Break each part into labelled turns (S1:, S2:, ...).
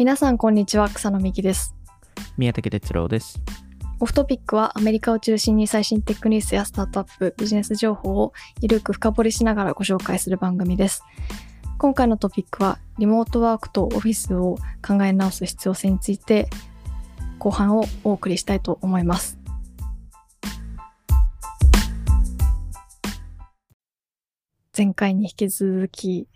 S1: 皆さんこんにちは、草野美希です。
S2: 宮武哲郎です。
S1: オフトピックはアメリカを中心に最新テックニュースやスタートアップ、ビジネス情報をゆるく深掘りしながらご紹介する番組です。今回のトピックはリモートワークとオフィスを考え直す必要性について後半をお送りしたいと思います。前回に引き続き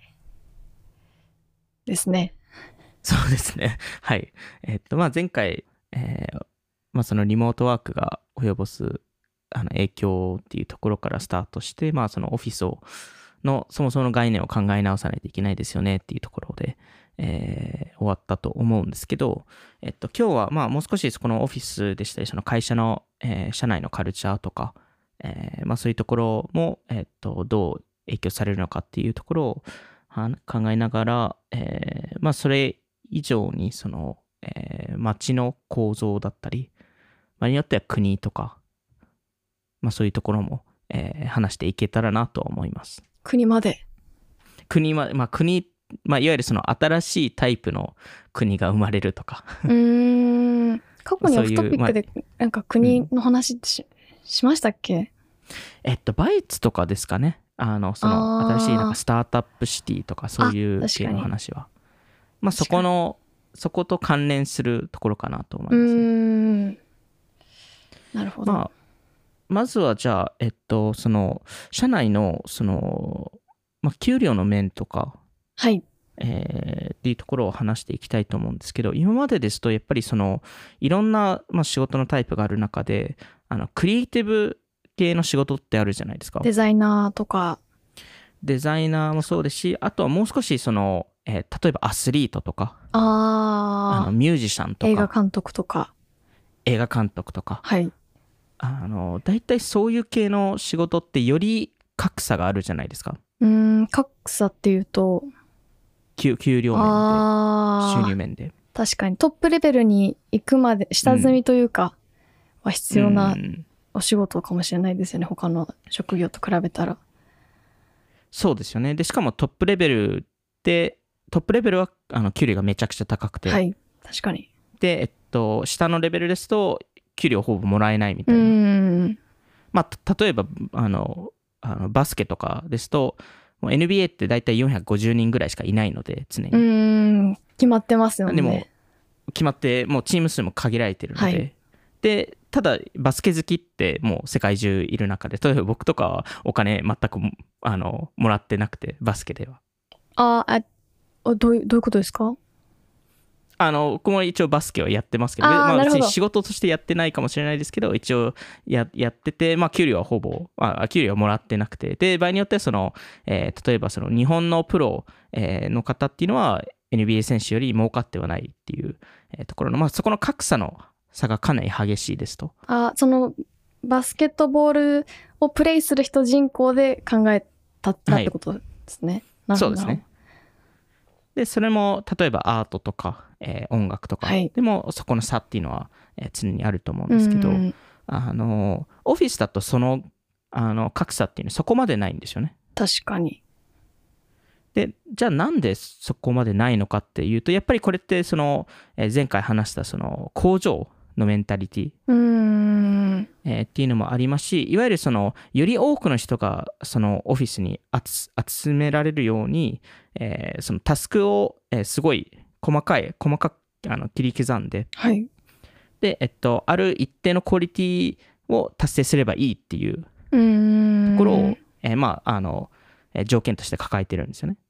S1: ですね。
S2: そうですね。はい。前回、そのリモートワークが及ぼす影響っていうところからスタートして、そのオフィスのそもそもの概念を考え直さないといけないですよねっていうところで、終わったと思うんですけど、今日はもう少しこのオフィスでしたり、その会社の、社内のカルチャーとか、そういうところも、どう影響されるのかっていうところを考えながら、それ以上にその、街の構造だったり、場合によっては国とか、そういうところも、話していけたらなと思います。
S1: 国まで。
S2: 国は、いわゆるその新しいタイプの国が生まれるとか。
S1: 過去にオフトピックでなんか国の話ってしましたっけ？
S2: バイツとかですかね。その新しいなんかスタートアップシティとかそういう系の話は。そこと関連するところかなと思いますね。
S1: なるほど。
S2: まずはじゃあ、その社内のその、給料の面とか、
S1: はい。
S2: っていうところを話していきたいと思うんですけど、今までですとやっぱりそのいろんな、仕事のタイプがある中で、クリエイティブ系の仕事ってあるじゃないですか。
S1: デザイナーとか。
S2: デザイナーもそうですし、あとはもう少しその、例えばアスリートとか、ミュージシャンとか、
S1: 映画監督とか。はい。
S2: 大体そういう系の仕事ってより格差があるじゃないですか。
S1: 格差っていうと
S2: 給料面で、収入面で。
S1: 確かにトップレベルに行くまで下積みというか、は必要なお仕事かもしれないですよね、他の職業と比べたら。
S2: そうですよね。でしかもトップレベルは給料がめちゃくちゃ高くて、
S1: はい、確かに。
S2: で、下のレベルですと給料ほぼもらえないみたいな。例えばバスケとかですと、もう NBA って大体450人ぐらいしかいないので、常に。
S1: 決まってますよね。
S2: でも決まって、もうチーム数も限られてるので、はい、でただバスケ好きってもう世界中いる中で、例えば僕とかはお金全くもらってなくて、バスケでは。
S1: どういうことですか？
S2: 僕も一応バスケはやってますけど、別に仕事としてやってないかもしれないですけど、一応やってて、給料はほぼ、給料はもらってなくて、で、場合によってはその、例えばその日本のプロ、の方っていうのは NBA 選手より儲かってはないっていう、ところの、そこの格差の差がかなり激しいですと。
S1: そのバスケットボールをプレイする人人口で考えたってことですね。
S2: はい、そうですね。でそれも例えばアートとか、音楽とか、はい、でもそこの差っていうのは、常にあると思うんですけど、オフィスだとその格差っていうのはそこまでないんですよね。
S1: 確かに。
S2: でじゃあなんでそこまでないのかっていうと、やっぱりこれってその、前回話したその工場のメンタリティ、っていうのもありますし、いわゆるそのより多くの人がそのオフィスに集められるように、そのタスクを、すごい細かく切り刻んで、
S1: はい、
S2: で、ある一定のクオリティを達成すればいいっていうところを、条件として抱えてるんですよね。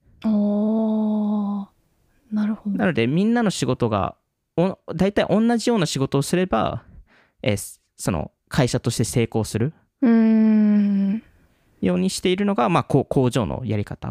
S1: なるほど。
S2: なのでみんなの仕事が大体同じような仕事をすれば、その会社として成功するようにしているのが、工場のやり方。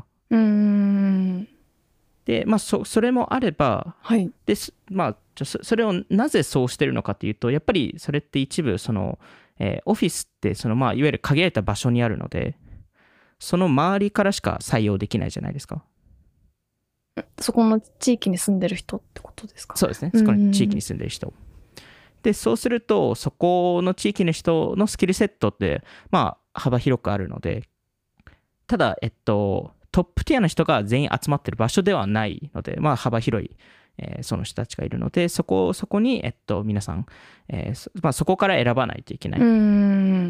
S2: で、それもあれば、
S1: はい、
S2: でそれをなぜそうしてるのかというと、やっぱりそれって一部その、オフィスってその、いわゆる限られた場所にあるので、その周りからしか採用できないじゃないですか。
S1: そこの地域に住んでる人ってことですか？
S2: そうですね。そこの地域に住んでる人。で、そうすると、そこの地域の人のスキルセットって、幅広くあるので、ただ、トップティアの人が全員集まってる場所ではないので、幅広い、 その人たちがいるので、そこに、皆さん、そこから選ばないといけない。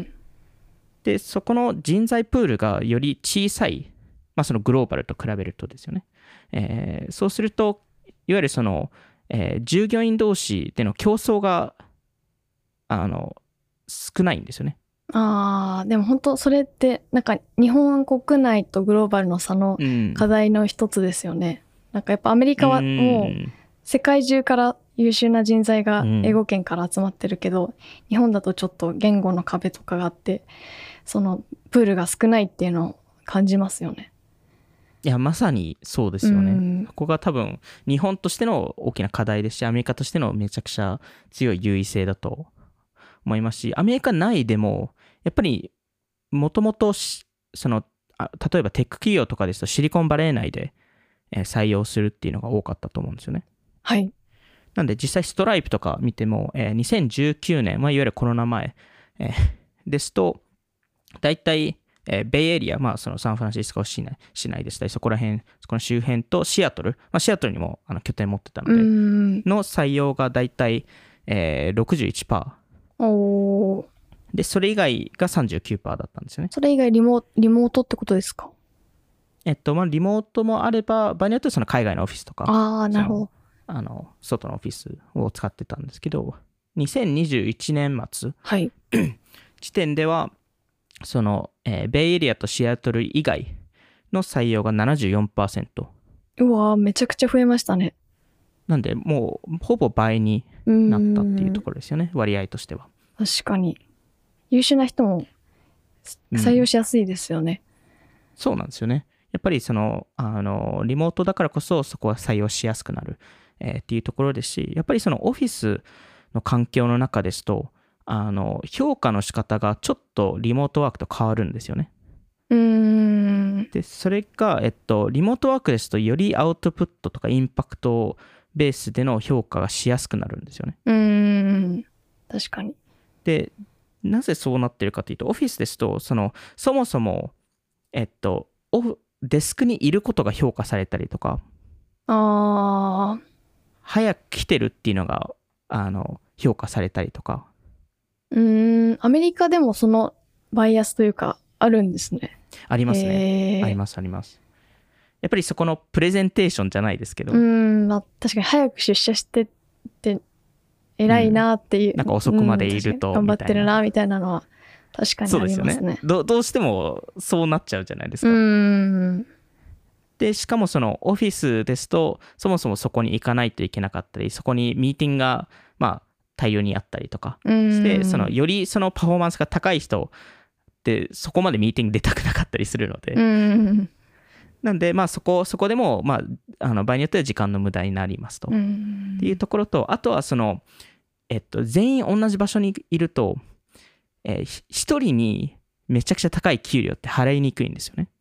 S2: で、そこの人材プールがより小さい、そのグローバルと比べるとですよね。そうすると、いわゆるその、従業員同士での競争が少ないんですよね。
S1: でも本当それってなんか日本国内とグローバルの差の課題の一つですよね。なんかやっぱアメリカはもう世界中から優秀な人材が英語圏から集まってるけど、日本だとちょっと言語の壁とかがあって、そのプールが少ないっていうのを感じますよね。
S2: いや、まさにそうですよね。ここが多分日本としての大きな課題ですし、アメリカとしてのめちゃくちゃ強い優位性だと思いますし、アメリカ内でもやっぱりもともとその例えばテック企業とかですとシリコンバレー内で採用するっていうのが多かったと思うんですよね。
S1: はい。
S2: なんで実際ストライプとか見ても、2019年、いわゆるコロナ前、ですと大体ベイエリア、そのサンフランシスコ市内でしたり、そこら辺、そこの周辺とシアトル、シアトルにも拠点持ってたので、の採用が大体、61%。で、それ以外が 39% だったんですよね。
S1: それ以外リモートってことですか？
S2: リモートもあれば、場合によってはその海外のオフィスとか、
S1: なるほ
S2: ど。外のオフィスを使ってたんですけど、2021年末、時点では、その、ベイエリアとシアトル以外の採用が 74%。
S1: うわー、めちゃくちゃ増えましたね。
S2: なんで、もうほぼ倍になったっていうところですよね、割合としては。
S1: 確かに。優秀な人も採用しやすいですよね。
S2: そうなんですよね。やっぱりその、リモートだからこそそこは採用しやすくなる、っていうところですし、やっぱりそのオフィスの環境の中ですと、評価の仕方がちょっとリモートワークと変わるんですよね。で、それが、リモートワークですと、よりアウトプットとかインパクトベースでの評価がしやすくなるんですよね。
S1: 確かに。
S2: で、なぜそうなってるかというと、オフィスですと、そもそも、デスクにいることが評価されたりとか、早く来てるっていうのが、評価されたりとか。
S1: アメリカでもそのバイアスというか、あるんですね。
S2: ありますね。あります、あります。やっぱりそこのプレゼンテーションじゃないですけど。
S1: 確かに早く出社してって偉いなっていう。
S2: なんか遅くまでいると、
S1: 頑張ってるなみたいなのは確かにありますね。そうですよね。
S2: どうしてもそうなっちゃうじゃないですか。で、しかもそのオフィスですと、そもそもそこに行かないといけなかったり、そこにミーティングが、大量にあったりとかして、よりそのパフォーマンスが高い人ってそこまでミーティング出たくなかったりするので。なんで、そこでも、場合によっては時間の無駄になりますと。っていうところと、あとは全員同じ場所にいると、一人にめちゃくちゃ高い給料って払いにくいんですよね。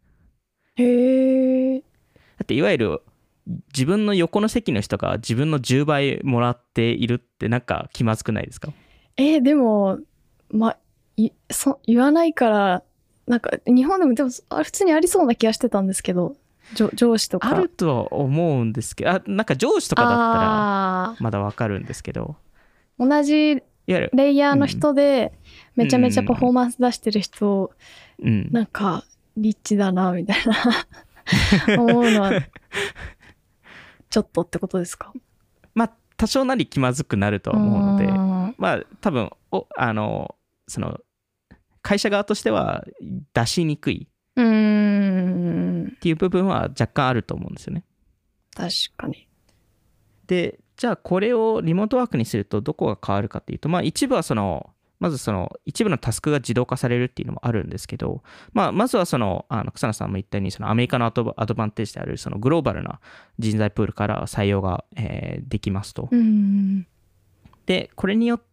S2: だっていわゆる自分の横の席の人が自分の10倍もらっているってなんか気まずくないですか？
S1: でも、言わないから、なんか日本でも普通にありそうな気がしてたんですけど、上司とか。
S2: あるとは思うんですけど、なんか上司とかだったらまだわかるんですけど。同
S1: じレイヤーの人でめちゃめちゃパフォーマンス出してる人、なんかリッチだなみたいな思うのはちょっとってことですか？
S2: 多少なり気まずくなるとは思うので、多分その会社側としては出しにくいっていう部分は若干あると思うんですよね。
S1: 確かに。
S2: で、じゃあこれをリモートワークにするとどこが変わるかっていうと、一部はまず一部のタスクが自動化されるっていうのもあるんですけど、まずは草野さんも言ったように、アメリカのアドバンテージであるグローバルな人材プールから採用が、できますと。で、これによって、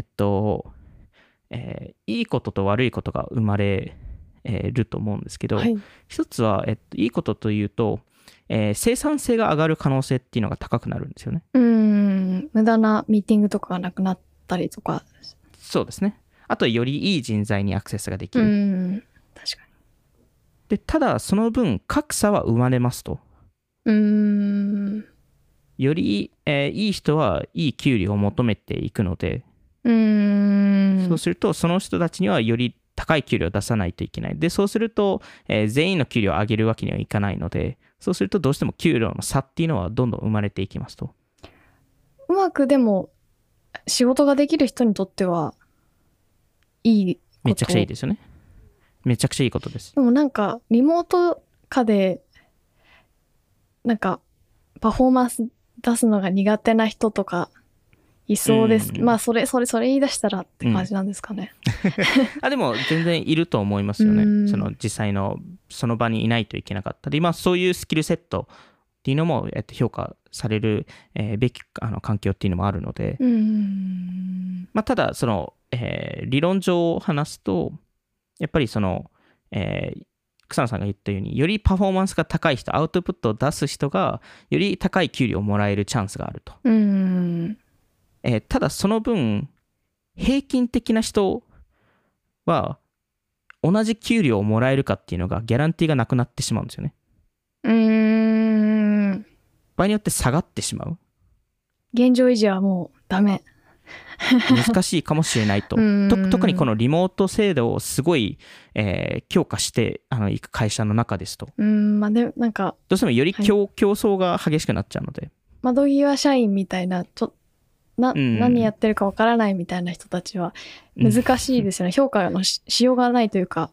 S2: いいことと悪いことが生まれると思うんですけど、一つは、いいことというと、生産性が上がる可能性っていうのが高くなるんですよね。
S1: 無駄なミーティングとかがなくなったりとか。
S2: そうですね。あとよりいい人材にアクセスができる。
S1: 確かに。
S2: で、ただその分格差は生まれますと。 より、いい人はいい給料を求めていくので、そうするとその人たちにはより高い給料を出さないといけない。で、そうすると、全員の給料を上げるわけにはいかないので、そうするとどうしても給料の差っていうのはどんどん生まれていきますと。
S1: うまくでも仕事ができる人にとってはいいこと。
S2: めちゃくちゃいいですよね。めちゃくちゃいいことです。
S1: でもなんかリモート化でなんかパフォーマンス出すのが苦手な人とかいそうです。まあそれ言い出したらって感じなんですかね。
S2: でも全然いると思いますよね。その実際のその場にいないといけなかったり、まあそういうスキルセットっていうのも評価されるべき環境っていうのもあるので、まあただその、理論上話すとやっぱりその、草野さんが言ったようによりパフォーマンスが高い人、アウトプットを出す人がより高い給料をもらえるチャンスがあると。ただその分平均的な人は同じ給料をもらえるかっていうのがギャランティーがなくなってしまうんですよね。場合によって下がってしまう。
S1: 現状維持はもうダメ。
S2: 難しいかもしれないと。特にこのリモート制度をすごい、強化していく会社の中ですと。
S1: まあでなんか
S2: どうしてもより競争が激しくなっちゃうので。
S1: 窓際社員みたいな何やってるかわからないみたいな人たちは難しいですよね。評価のしようがないというか。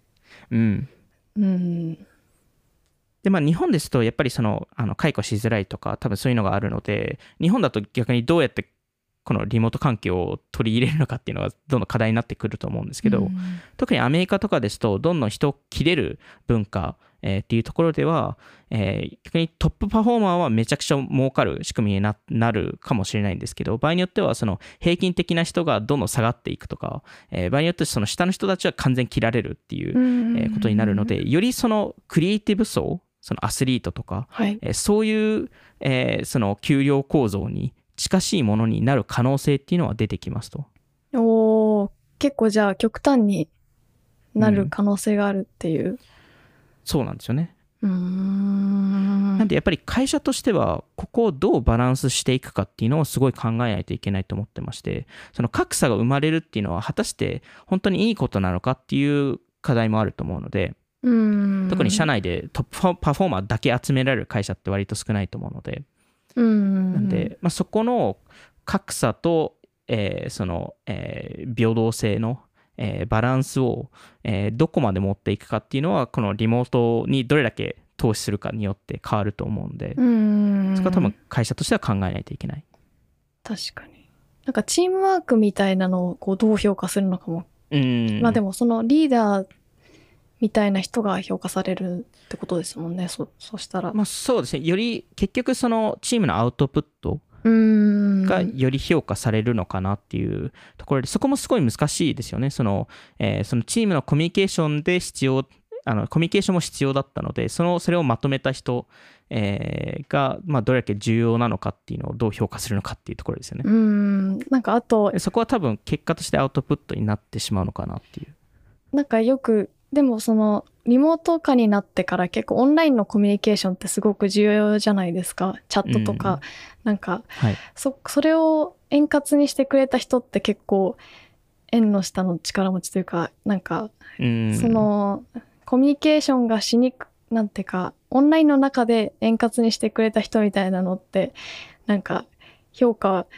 S2: でまあ日本ですとやっぱりその解雇しづらいとか多分そういうのがあるので、日本だと逆にどうやってこのリモート環境を取り入れるのかっていうのがどんどん課題になってくると思うんですけど、特にアメリカとかですとどんどん人を切れる文化っていうところでは、逆にトップパフォーマーはめちゃくちゃ儲かる仕組みになるかもしれないんですけど、場合によってはその平均的な人がどんどん下がっていくとか、場合によってその下の人たちは完全切られるっていうことになるので、よりそのクリエイティブ層、そのアスリートとか、そういう、その給料構造に近しいものになる可能性っていうのは出てきますと。
S1: 結構じゃあ極端になる可能性があるっていう。
S2: そうなんですよね。なんでやっぱり会社としてはここをどうバランスしていくかっていうのをすごい考えないといけないと思ってまして、その格差が生まれるっていうのは果たして本当にいいことなのかっていう課題もあると思うので、特に社内でトップパフォーマーだけ集められる会社って割と少ないと思うので、なんで、そこの格差と、その、平等性の、バランスを、どこまで持っていくかっていうのはこのリモートにどれだけ投資するかによって変わると思うんで、そこは多分会社としては考えないといけない。
S1: 確かに。なんかチームワークみたいなのをこうどう評価するのかも。まあでもそのリーダーみたいな人が評価されるってことですもんね。そしたら。
S2: そうですね。より結局そのチームのアウトプットがより評価されるのかなっていうところで、そこもすごい難しいですよね。そのチームのコミュニケーションでコミュニケーションも必要だったので、それをまとめた人、が、どれだけ重要なのかっていうのをどう評価するのかっていうところですよね。
S1: なんかあと
S2: そこは多分結果としてアウトプットになってしまうのかなっていう。
S1: なんかよくでもそのリモート化になってから結構オンラインのコミュニケーションってすごく重要じゃないですか。チャットとか、なんか、それを円滑にしてくれた人って結構縁の下の力持ちというか、なんか、そのコミュニケーションがなんていうかオンラインの中で円滑にしてくれた人みたいなのってなんか評価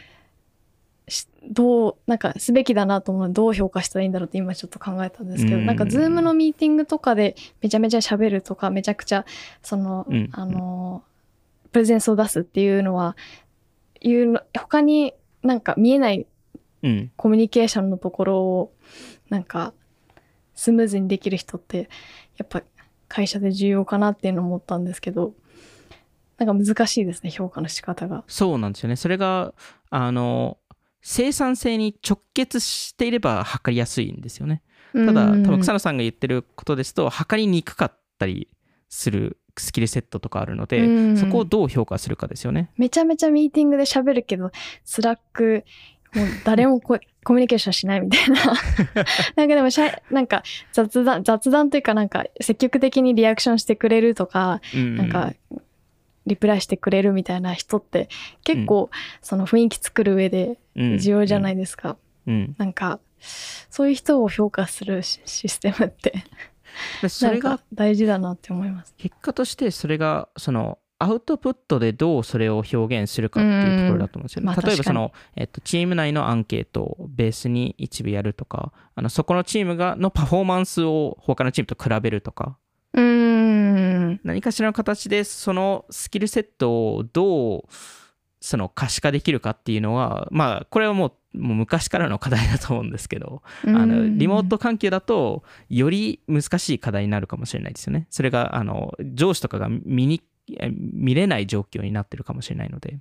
S1: なんかすべきだなと思うので、どう評価したらいいんだろうって今ちょっと考えたんですけど、なんかズームのミーティングとかでめちゃめちゃ喋るとか、めちゃくちゃその、プレゼンスを出すっていうのは他になんか見えないコミュニケーションのところをなんかスムーズにできる人ってやっぱ会社で重要かなっていうのを思ったんですけど、なんか難しいですね、評価の仕方が。
S2: そうなんですよね。それが生産性に直結していれば測りやすいんですよね。ただ多分草野さんが言ってることですと測りにくかったりするスキルセットとかあるので、そこをどう評価するかですよね。
S1: めちゃめちゃミーティングで喋るけどスラックもう誰もコミュニケーションしないみたいななんかでもなんか雑談というかなんか積極的にリアクションしてくれるとか、なんかリプライしてくれるみたいな人って結構その雰囲気作る上で重要じゃないですか。なんかそういう人を評価するシステムってそれが大事だなって思います。
S2: 結果としてそれがそのアウトプットでどうそれを表現するかっていうところだと思うんですよね。例えばその、チーム内のアンケートをベースに一部やるとか、そこのチームのパフォーマンスを他のチームと比べるとか、何かしらの形でそのスキルセットをどうその可視化できるかっていうのは、まあこれはもう昔からの課題だと思うんですけど、リモート環境だとより難しい課題になるかもしれないですよね。それが上司とかが見れない状況になってるかもしれないので。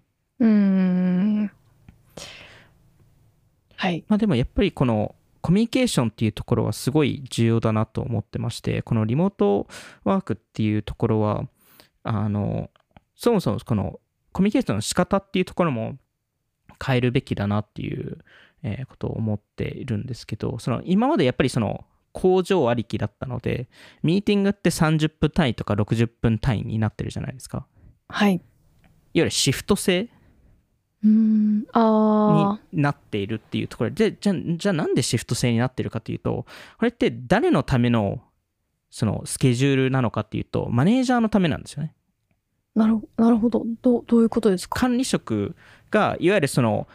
S1: はい。
S2: まあでもやっぱりこのコミュニケーションっていうところはすごい重要だなと思ってまして、このリモートワークっていうところは、そもそもこのコミュニケーションの仕方っていうところも変えるべきだなっていうことを思っているんですけど、その今までやっぱりその工場ありきだったので、ミーティングって30分単位とか60分単位になってるじゃないですか。
S1: はい。いわ
S2: ゆるシフト制になっているっていうところで、じゃあなんでシフト制になってるかというと、これって誰のためのそのスケジュールなのかっていうと、マネージャーのためなんですよね。
S1: なるほど。どういうことですか？
S2: 管理職がいわゆるその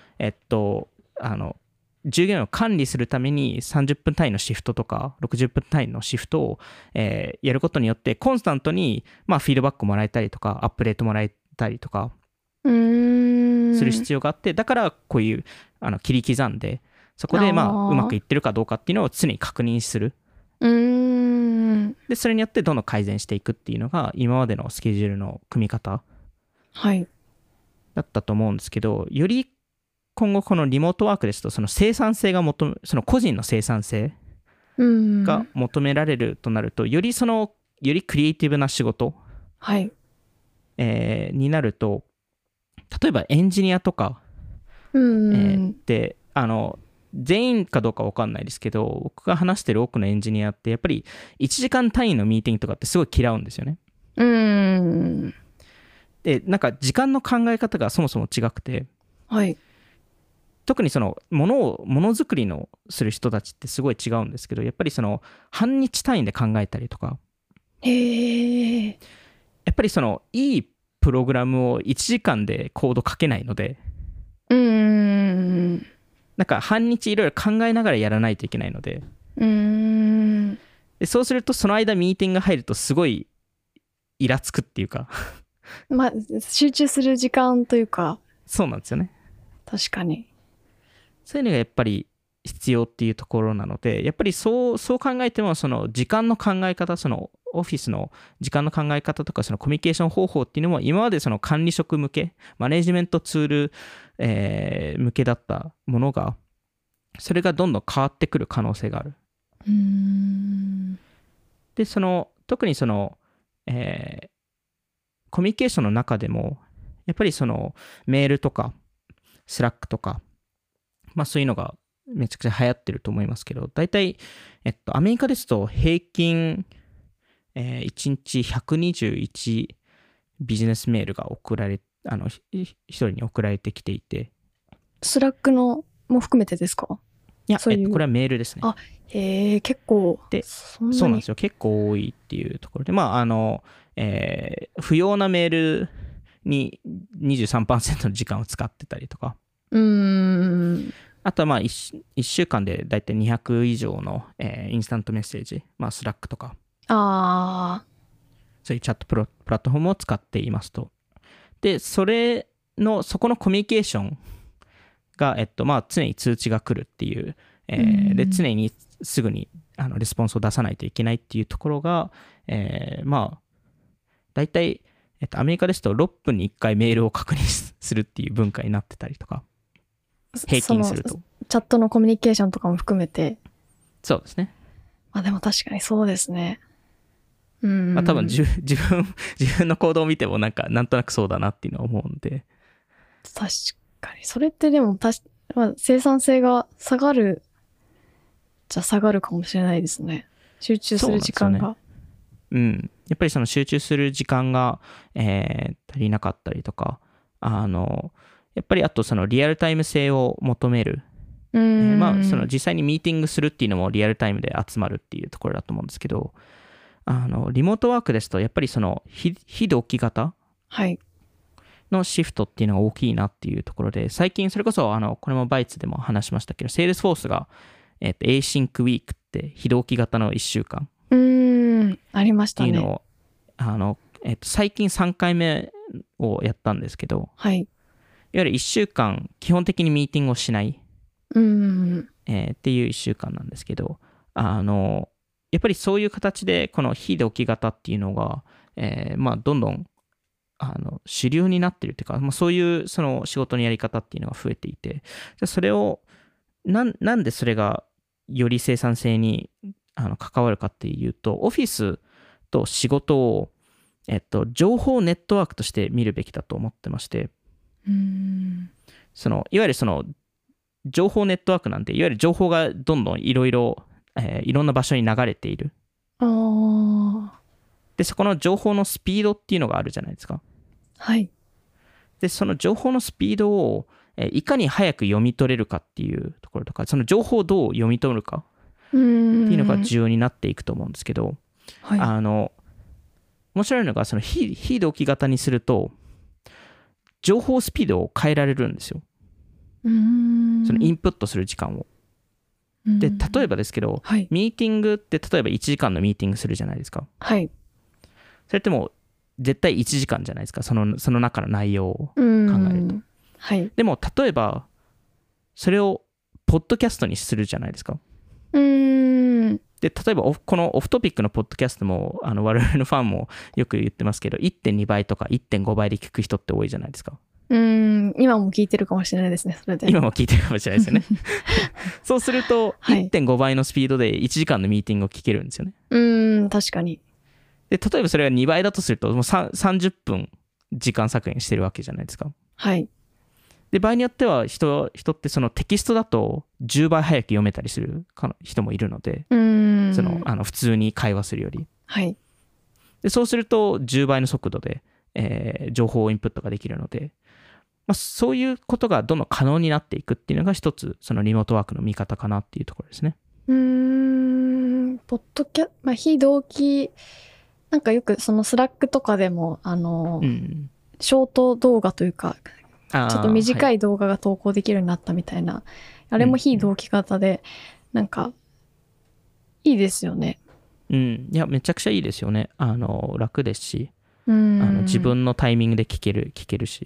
S2: 従業員を管理するために30分単位のシフトとか60分単位のシフトを、やることによってコンスタントに、まあ、フィードバックもらえたりとかアップデートもらえたりとかする必要があって、だからこういう切り刻んでそこでまあうまくいってるかどうかっていうのを常に確認する。でそれによってどんどん改善していくっていうのが今までのスケジュールの組み方だったと思うんですけど、より今後このリモートワークですとその生産性がその個人の生産性が求められるとなると、よりクリエイティブな仕事、になると、例えばエンジニアとかで全員かどうか分かんないですけど、僕が話してる多くのエンジニアってやっぱり1時間単位のミーティングとかってすごい嫌うんですよね。でなんか時間の考え方がそもそも違くて、特にそのものづくりのする人たちってすごい違うんですけど、やっぱりその半日単位で考えたりとか、やっぱりそのいいプログラムを1時間でコード書けないので、なんか半日いろいろ考えながらやらないといけないので、でそうするとその間ミーティングが入るとすごいイラつくっていうか
S1: まあ集中する時間というか。
S2: そうなんですよね。
S1: 確かに。
S2: そういうのがやっぱり必要っていうところなので、やっぱりそう考えてもその時間の考え方、そのオフィスの時間の考え方とかそのコミュニケーション方法っていうのも今までその管理職向け、マネジメントツール、向けだったものが、それがどんどん変わってくる可能性がある。で特にその、コミュニケーションの中でもやっぱりそのメールとかスラックとか、まあそういうのがめちゃくちゃ流行ってると思いますけど、大体、アメリカですと平均、1日121ビジネスメールが一人に送られてきていて。
S1: スラックのも含めてですか？
S2: いや、これはメールですね。
S1: 結構。
S2: そうなんですよ。結構多いっていうところで、まあ、不要なメールに 23% の時間を使ってたりとか。あとはまあ 1週間でだいたい200以上の、インスタントメッセージ、まあ、スラックとか、そういうチャットプラットフォームを使っていますと。で、そこのコミュニケーションが、まあ、常に通知が来るっていう、で常にすぐにレスポンスを出さないといけないっていうところが、まあだいたいアメリカですと6分に1回メールを確認するっていう文化になってたりとか、平均すると
S1: チャットのコミュニケーションとかも含めて。
S2: そうですね。
S1: まあでも確かにそうですね。
S2: まあ多分自分の行動を見てもなんとなくそうだなっていうのは思うんで。
S1: 確かにそれってでもまあ、生産性が下がるかもしれないですね。集中する時間が。
S2: やっぱりその集中する時間が、足りなかったりとか、やっぱりあとそのリアルタイム性を求める。まあその実際にミーティングするっていうのもリアルタイムで集まるっていうところだと思うんですけど、リモートワークですとやっぱりその非同期型のシフトっていうのが大きいなっていうところで、最近それこそこれもバイツでも話しましたけど、セールスフォースが、Async Week って非同期型の1週間
S1: ありましたね。
S2: っていうのを最近3回目をやったんですけど、
S1: はい、
S2: いわゆる1週間基本的にミーティングをしない、っていう1週間なんですけど、やっぱりそういう形でこの非同期型っていうのが、まあどんどん主流になってるっていうか、まあ、そういうその仕事のやり方っていうのが増えていて、じゃあそれをなんでそれがより生産性に関わるかっていうと、オフィスと仕事を、情報ネットワークとして見るべきだと思ってまして、そのいわゆるその情報ネットワークなんて、いわゆる情報がどんどんいろんな場所に流れている。でそこの情報のスピードっていうのがあるじゃないですか。
S1: はい。
S2: でその情報のスピードをいかに早く読み取れるかっていうところとか、その情報をどう読み取るかっていうのが重要になっていくと思うんですけど、
S1: はい、
S2: 面白いのがその非同期型にすると情報スピードを変えられるんですよ。そのインプットする時間を。で例えばですけど、
S1: はい、
S2: ミーティングって例えば1時間のミーティングするじゃないですか。
S1: はい。
S2: それってもう絶対1時間じゃないですか、その中の内容を考えると。
S1: はい、
S2: でも例えばそれをポッドキャストにするじゃないですか。で例えばこのオフトピックのポッドキャストも我々のファンもよく言ってますけど、 1.2 倍とか 1.5 倍で聞く人って多いじゃないですか。
S1: 今も聞いてるかもしれないですね。それで
S2: 今も聞いてるかもしれないですよねそうすると 1.5 倍のスピードで1時間のミーティングを聞けるんですよね。
S1: 確かに。
S2: で例えばそれが2倍だとするともう30分時間削減してるわけじゃないですか。
S1: はい。
S2: で場合によっては人ってそのテキストだと10倍早く読めたりする人もいるので、その普通に会話するより、
S1: はい、
S2: でそうすると10倍の速度で、情報をインプットができるので、まあ、そういうことがどんどん可能になっていくっていうのが一つそのリモートワークの見方かなっていうところですね。
S1: ポッドキャ非同期なんかよくそのスラックとかでもショート動画というかちょっと短い動画が投稿できるようになったみたいな、あれも非同期型で、なんかいいですよね。
S2: いやめちゃくちゃいいですよね。楽ですし、自分のタイミングで聞けるし、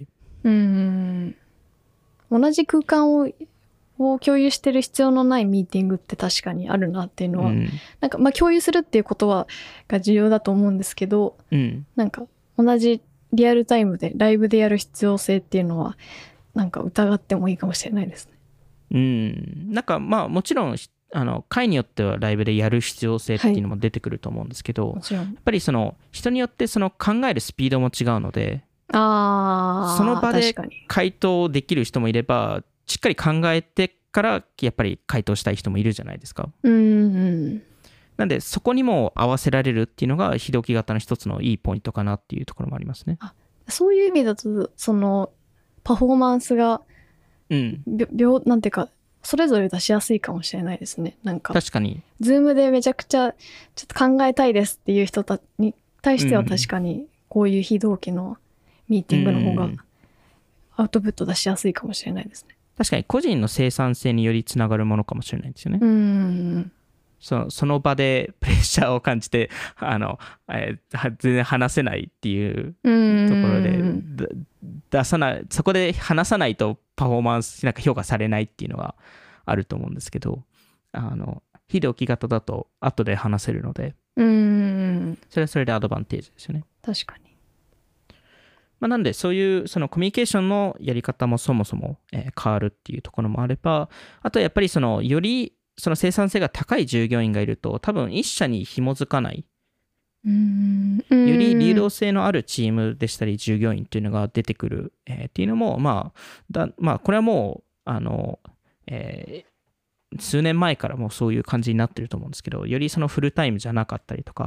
S1: 同じ空間を共有してる必要のないミーティングって確かにあるなっていうのは、なんか共有するっていうことが重要だと思うんですけど、なんか同じリアルタイムでライブでやる必要性っていうのはなんか疑ってもいいかもしれないですね。
S2: なんかまあもちろん回によってはライブでやる必要性っていうのも出てくると思うんですけど、やっぱりその人によってその考えるスピードも違うので、その場で回答できる人もいれば、しっかり考えてからやっぱり回答したい人もいるじゃないですか。なんでそこにも合わせられるっていうのが非同期型の一つのいいポイントかなっていうところもありますね。
S1: そういう意味だとそのパフォーマンスがなんていうかそれぞれ出しやすいかもしれないですね。なんか
S2: 確かに
S1: Zoom でめちゃくちゃちょっと考えたいですっていう人に対しては確かにこういう非同期のミーティングの方がアウトプット出しやすいかもしれないですね。
S2: 確かに個人の生産性によりつながるものかもしれないですよね。その場でプレッシャーを感じて全然話せないっていうところでそこで話さないとパフォーマンスなんか評価されないっていうのがあると思うんですけど、非同期型だと後で話せるので、それはそれでアドバンテージですよね。
S1: 確かに。
S2: なんでそういうそのコミュニケーションのやり方もそもそも変わるっていうところもあれば、あとやっぱりそのよりその生産性が高い従業員がいると多分一社に紐づかない、より流動性のあるチームでしたり従業員っていうのが出てくる、っていうのもこれはもう数年前からもうそういう感じになってると思うんですけど、よりそのフルタイムじゃなかったりとか、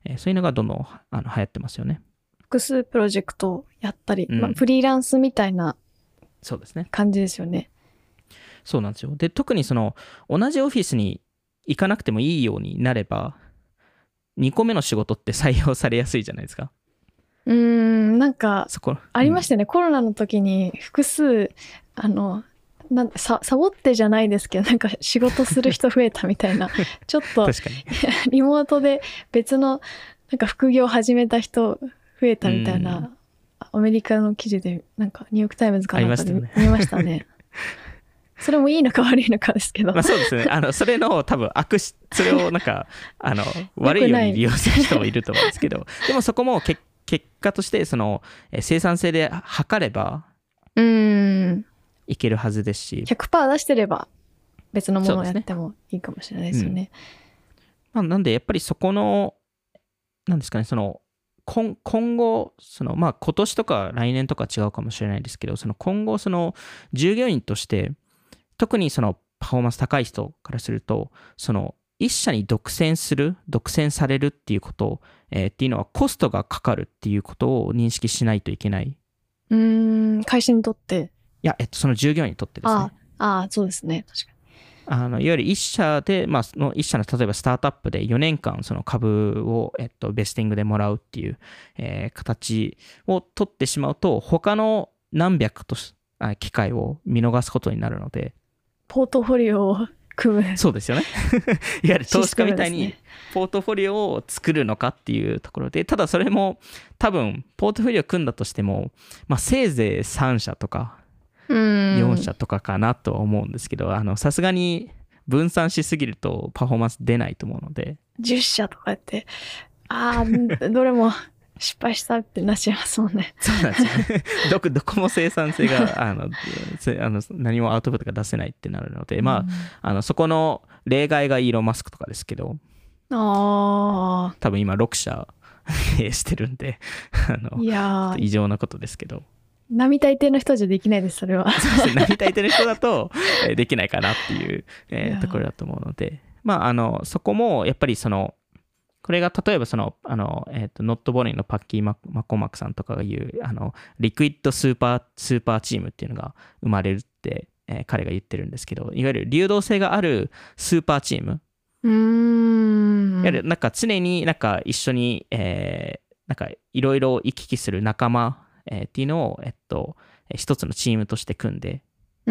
S2: そういうのがどんどん流行ってますよね。
S1: 複数プロジェクトをやったり、
S2: うん
S1: フリーランスみたいな
S2: そうですね。
S1: 感じですよね。
S2: そうなんですよ。で、特にその同じオフィスに行かなくてもいいようになれば、2個目の仕事って採用されやすいじゃないですか。
S1: なんか
S2: そこ
S1: ありましたよね、コロナの時に複数サボってじゃないですけど、なんか仕事する人増えたみたいなちょっと
S2: 確かに
S1: リモートで別のなんか副業を始めた人増えたみたいな、アメリカの記事でなんかニューヨークタイムズかなんかで見ましたね。それもいいのか悪いのかですけど、
S2: まあそうですね。それの多分それをなんか悪いように利用する人もいると思うんですけど、でもそこも結果としてその生産性で測ればいけるはずですし、
S1: 100% 出してれば別のものをやってもいいかもしれないですよね。
S2: なんでやっぱりそこのなんですかね、その今後まあ今年とか来年とか違うかもしれないですけど、その今後その従業員として特にそのパフォーマンス高い人からすると、その一社に独占されるっていうこと、っていうのはコストがかかるっていうことを認識しないといけない。
S1: 会社にとって？
S2: いや、その従業員にとってですね。
S1: そうですね。確か
S2: に。いわゆる一社で、まあ、その一社の例えばスタートアップで4年間その株を、ベスティングでもらうっていう、形を取ってしまうと、他の何百と機会を見逃すことになるので、
S1: ポートフォリオを組む。
S2: そうですよね。いわゆる投資家みたいにポートフォリオを作るのかっていうところで、ただそれも多分ポートフォリオを組んだとしても、まあ、せいぜい3社とか4社とかかなとは思うんですけど、さすがに分散しすぎるとパフォーマンス出ないと思うので、
S1: 10社とかやってどれも失敗したってなっちゃいますもんね。
S2: そうなんですよね。どこも生産性が何もアウトプットが出せないってなるので、まあ、そこの例外がイーロン・マスクとかですけど、多分今6社経営してるんでいや異常なことですけど、
S1: 並大抵の人じゃできないです、それは。
S2: そうですね、並大抵の人だとできないかなっていう、ところだと思うので、まあ、そこもやっぱりこれが例えばノットボーリンのパッキー・マコマックさんとかが言うリクイッドスーパーチームっていうのが生まれるって、彼が言ってるんですけど、いわゆる流動性があるスーパーチーム、いわゆるなんか常になんか一緒に、なんかいろいろ行き来する仲間、っていうのを、一つのチームとして組んで、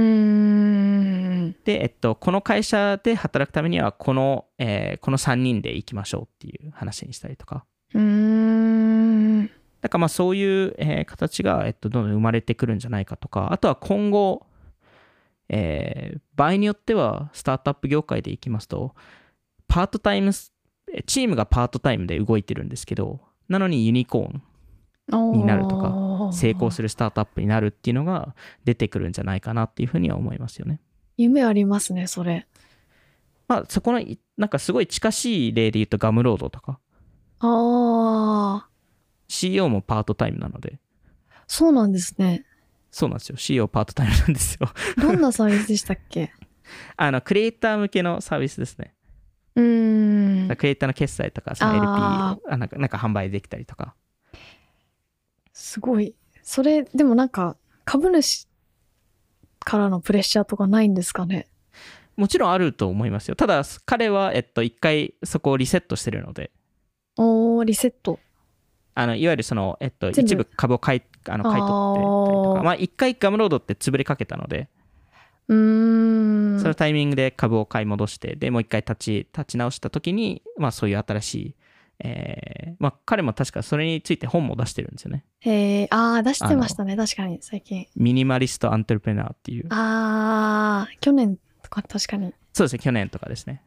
S2: で、この会社で働くためにはこの3人で行きましょうっていう話にしたりとか。だからまあそういう、形が、どんどん生まれてくるんじゃないかとか、あとは今後、場合によってはスタートアップ業界で行きますと、パートタイム、チームがパートタイムで動いてるんですけど、なのにユニコーンになるとか、成功するスタートアップになるっていうのが出てくるんじゃないかなっていうふうには思いますよね。
S1: 夢ありますね、それ。
S2: まあそこのなんかすごい近しい例で言うとガムロードとか。CEO もパートタイムなので。
S1: そうなんですね。
S2: そうなんですよ。CEO パートタイムなんですよ。
S1: どんなサービスでしたっけ？
S2: クリエイター向けのサービスですね。クリエイターの決済とか、その LP をなんか販売できたりとか。
S1: すごい。それ、でもなんか、株主からのプレッシャーとかないんですかね？
S2: もちろんあると思いますよ。ただ、彼は、一回そこをリセットしてるので。
S1: リセット。
S2: いわゆる一部株を買い取ってたりとか。まあ、一回ガムロードって潰れかけたので。そのタイミングで株を買い戻して、で、もう一回立ち直した時に、まあそういう新しい、まあ彼も確かそれについて本も出してるんですよね。
S1: 出してましたね、確かに最近。
S2: ミニマリスト・アントレプレナーっていう。
S1: 去年とか確かに。
S2: そうですね、去年とかですね。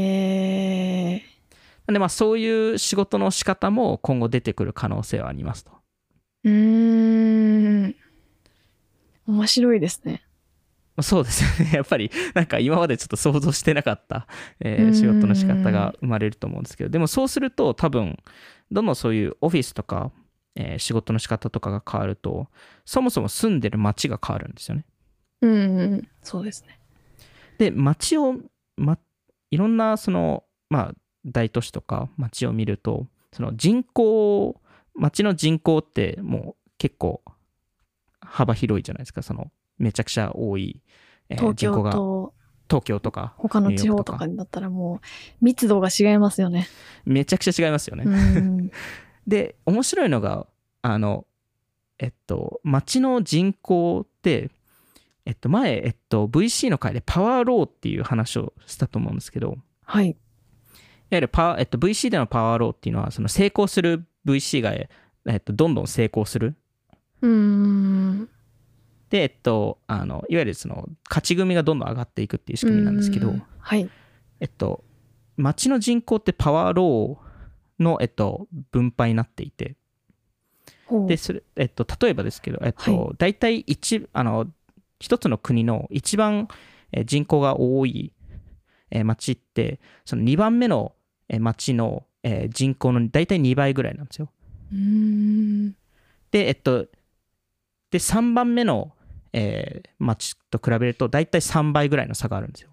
S2: なんでまあそういう仕事の仕方も今後出てくる可能性はありますと。
S1: 面白いですね。
S2: そうですよね。やっぱりなんか今までちょっと想像してなかった、仕事の仕方が生まれると思うんですけど、でもそうすると多分どんどんそういうオフィスとか、仕事の仕方とかが変わると、そもそも住んでる街が変わるんですよね。
S1: そうですね。
S2: で、いろんなそのまあ大都市とか街を見ると、 その町の人口ってもう結構幅広いじゃないですか。そのめちゃくちゃ多い、
S1: 東京
S2: 人口が
S1: と
S2: 東京とか
S1: 他の地方とかになったらもう密度が違いますよね。
S2: めちゃくちゃ違いますよね。で面白いのが町の人口って、前、VC の回でパワーローっていう話をしたと思うんですけど、
S1: はい。
S2: いわゆるVC でのパワーローっていうのは、その成功する VC が、どんどん成功する。で、いわゆるその勝ち組がどんどん上がっていくっていう仕組みなんですけど、
S1: はい。
S2: 町の人口ってパワーローの、分配になっていて、でそれ例えばですけど、大体一つの国の一番人口が多い町ってその2番目の町の人口の大体2倍ぐらいなんですよ。で3番目の町と比べると大体3倍ぐらいの差があるんですよ。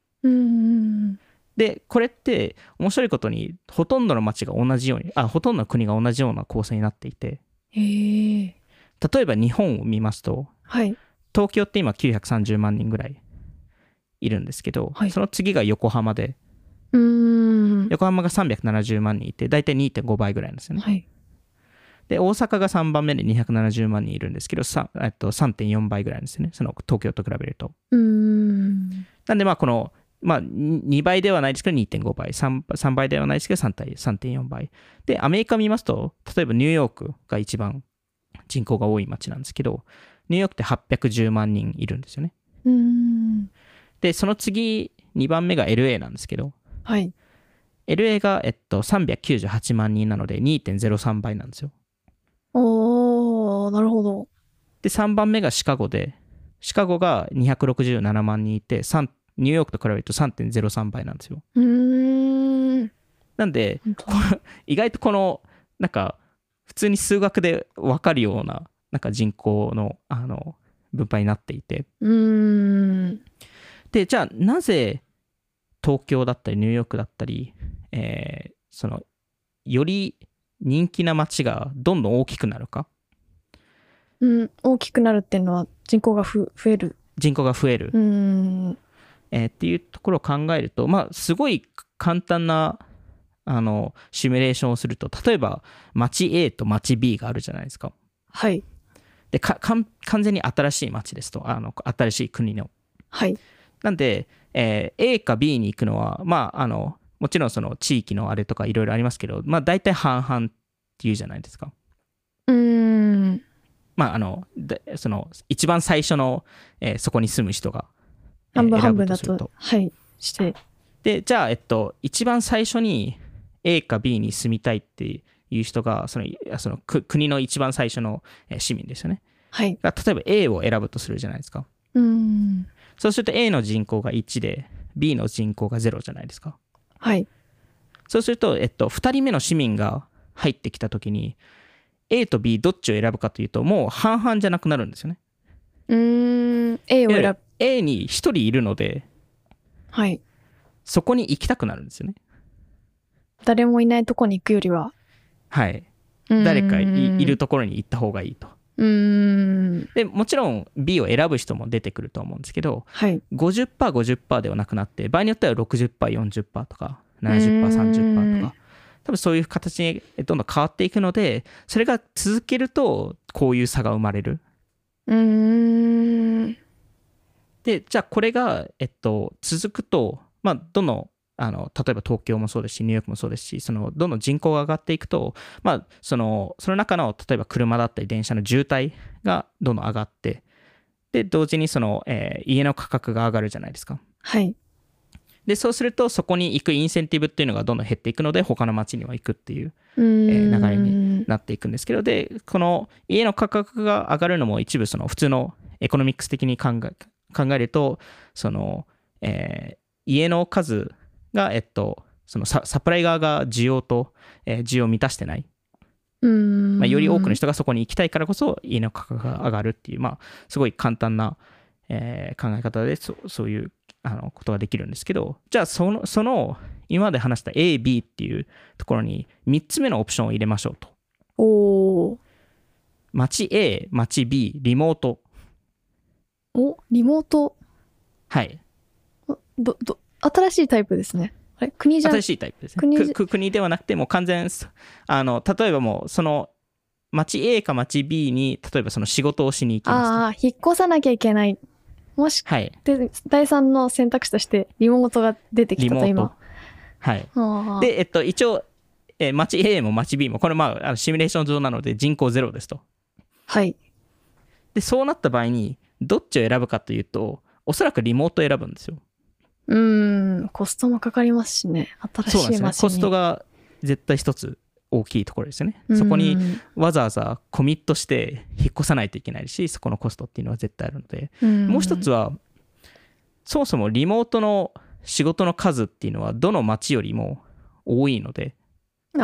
S2: でこれって面白いことにほとんどの町が同じようにほとんどの国が同じような構成になっていて、例えば日本を見ますと、
S1: はい、
S2: 東京って今930万人ぐらいいるんですけど、その次が横浜で、横浜が370万人いて大体 2.5 倍ぐらいなんですよね。
S1: はい、
S2: で大阪が3番目で270万人いるんですけど 3.4 倍ぐらいなんですよね、その東京と比べると。なんでこの2倍ではないですけど 2.5 倍 3倍ではないですけど 3.4 倍で、アメリカ見ますと例えばニューヨークが一番人口が多い街なんですけど、ニューヨークって810万人いるんですよね。でその次2番目が LA なんですけど、
S1: はい、
S2: LA が398万人なので 2.03 倍なんですよ。
S1: なるほど。
S2: で3番目がシカゴで、シカゴが267万人いてニューヨークと比べると 3.03 倍なんですよ。なんで意外とこのなんか普通に数学で分かるようななんか人口の分配になっていて、でじゃあなぜ東京だったりニューヨークだったり、そのより人気な街がどんどん大きくなるか。
S1: 大きくなるっていうのは人口が増える。
S2: 人口が増える。っていうところを考えると、すごい簡単なシミュレーションをすると、例えば町 A と町 B があるじゃないですか。
S1: はい。
S2: で完全に新しい町ですと、新しい国の。
S1: はい。
S2: なんで、A か B に行くのはもちろんその地域のあれとかいろいろありますけど、大体半々っていうじゃないですか。その一番最初の、そこに住む人が
S1: 半分半分だと、はいして
S2: でじゃあ一番最初に A か B に住みたいっていう人がその国の一番最初の市民ですよね。
S1: はい。
S2: 例えば A を選ぶとするじゃないですか。そうすると A の人口が1で B の人口が0じゃないですか。
S1: はい。
S2: そうすると2人目の市民が入ってきたときに A と B どっちを選ぶかというと、もう半々じゃなくなるんですよね。
S1: A を選ぶ。
S2: A に1人いるので、
S1: はい、
S2: そこに行きたくなるんですよね。
S1: 誰もいないとこに行くよりは、
S2: はい、誰かいるところに行った方がいいと。でもちろん B を選ぶ人も出てくると思うんですけど、
S1: はい、
S2: 50%50% ではなくなって、場合によっては 60%40% とか 70%30% とか、多分そういう形にどんどん変わっていくので、それが続けるとこういう差が生まれる。でじゃあこれが、続くと、どの例えば東京もそうですしニューヨークもそうですし、どんどん人口が上がっていくと、その中の例えば車だったり電車の渋滞がどんどん上がって、で同時に家の価格が上がるじゃないですか。
S1: はい。
S2: でそうするとそこに行くインセンティブっていうのがどんどん減っていくので、他の町には行くっていう流れになっていくんですけど、でこの家の価格が上がるのも一部普通のエコノミクス的に考えると、家の数が、そのサプライ側が需要を満たしてない、より多くの人がそこに行きたいからこそ家の価格が上がるっていう、すごい簡単な、考え方でそういうことができるんですけど、じゃあその今まで話した A、B っていうところに3つ目のオプションを入れましょうと。
S1: おー。
S2: 街 A、街 B、リモート。
S1: リモート。
S2: はい。
S1: 新しいタイプですね。あれ、国じゃん。
S2: 新しいタイプですね。国ではなくて、もう完全、例えばもう、その、町 A か町 B に、例えばその仕事をしに行きます
S1: と。引っ越さなきゃいけない。もし、はい、で、第3の選択肢として、リモートが出てきたと今。
S2: はい。で、一応、町 A も町 B も、これシミュレーション上なので人口ゼロですと。
S1: はい。
S2: で、そうなった場合に、どっちを選ぶかというと、おそらくリモートを選ぶんですよ。
S1: コストもかかりますしね。新しい街に。
S2: そうなんですね。コストが絶対一つ大きいところですよね。そこにわざわざコミットして引っ越さないといけないし、そこのコストっていうのは絶対あるので、もう一つは、そもそもリモートの仕事の数っていうのはどの街よりも多いので。
S1: 確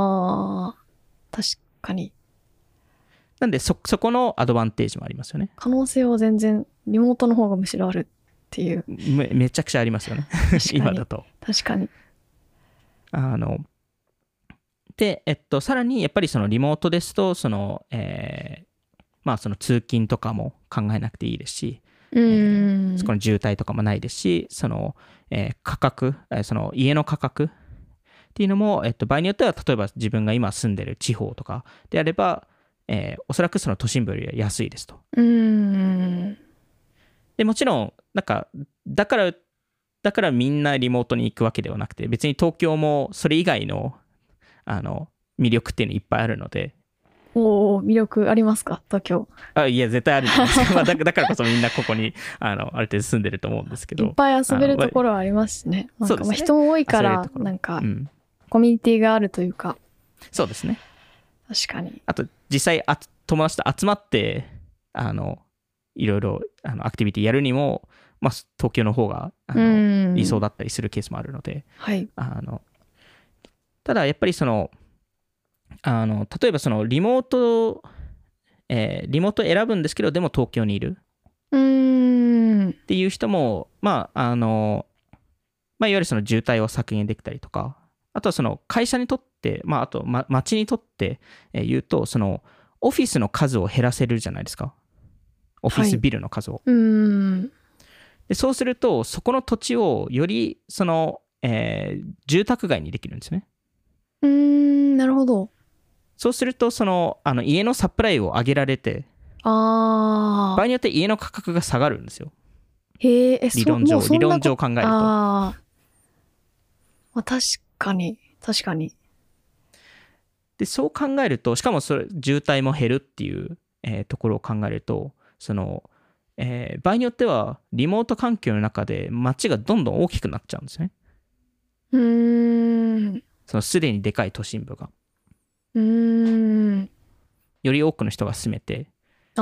S1: かに。
S2: なんでそこのアドバンテージもありますよね。
S1: 可能性は全然リモートの方がむしろあるっていう。
S2: めちゃくちゃありますよね。今だと。
S1: 確かに。
S2: で、さらにやっぱりそのリモートですと、その通勤とかも考えなくていいですし、そこの渋滞とかもないですし、その、価格、その家の価格っていうのも、場合によっては、例えば自分が今住んでる地方とかであれば、おそらくその都心部よりは安いですと。でもちろん、だからみんなリモートに行くわけではなくて、別に東京もそれ以外の魅力っていうのいっぱいあるので。
S1: 魅力ありますか、東京。
S2: いや、絶対あるんですよ。だからこそみんなここにある程度住んでると思うんですけど。
S1: いっぱい遊べるところはありますしね。なんか人も多いから、なんか、コミュニティがあるというか。
S2: そうですね。
S1: 確かに。
S2: あと、実際友達と集まって、いろいろアクティビティやるにも、東京の方が理想だったりするケースもあるので。
S1: はい。
S2: ただやっぱりその例えばそのリモート選ぶんですけどでも東京にいるっていう人もいわゆるその渋滞を削減できたりとか、あとはその会社にとってあと町にとって言うと、そのオフィスの数を減らせるじゃないですか。オフィスビルの数を。でそうするとそこの土地をよりその、住宅街にできるんですね。
S1: なるほど。
S2: そうするとその家のサプライを上げられて、場合によって家の価格が下がるんですよ。理論上考えると。
S1: 確かに。
S2: でそう考えると、しかも渋滞も減るっていう、ところを考えると、その、場合によってはリモート環境の中で街がどんどん大きくなっちゃうんですね。そのすでにでかい都心部がより多くの人が住めて、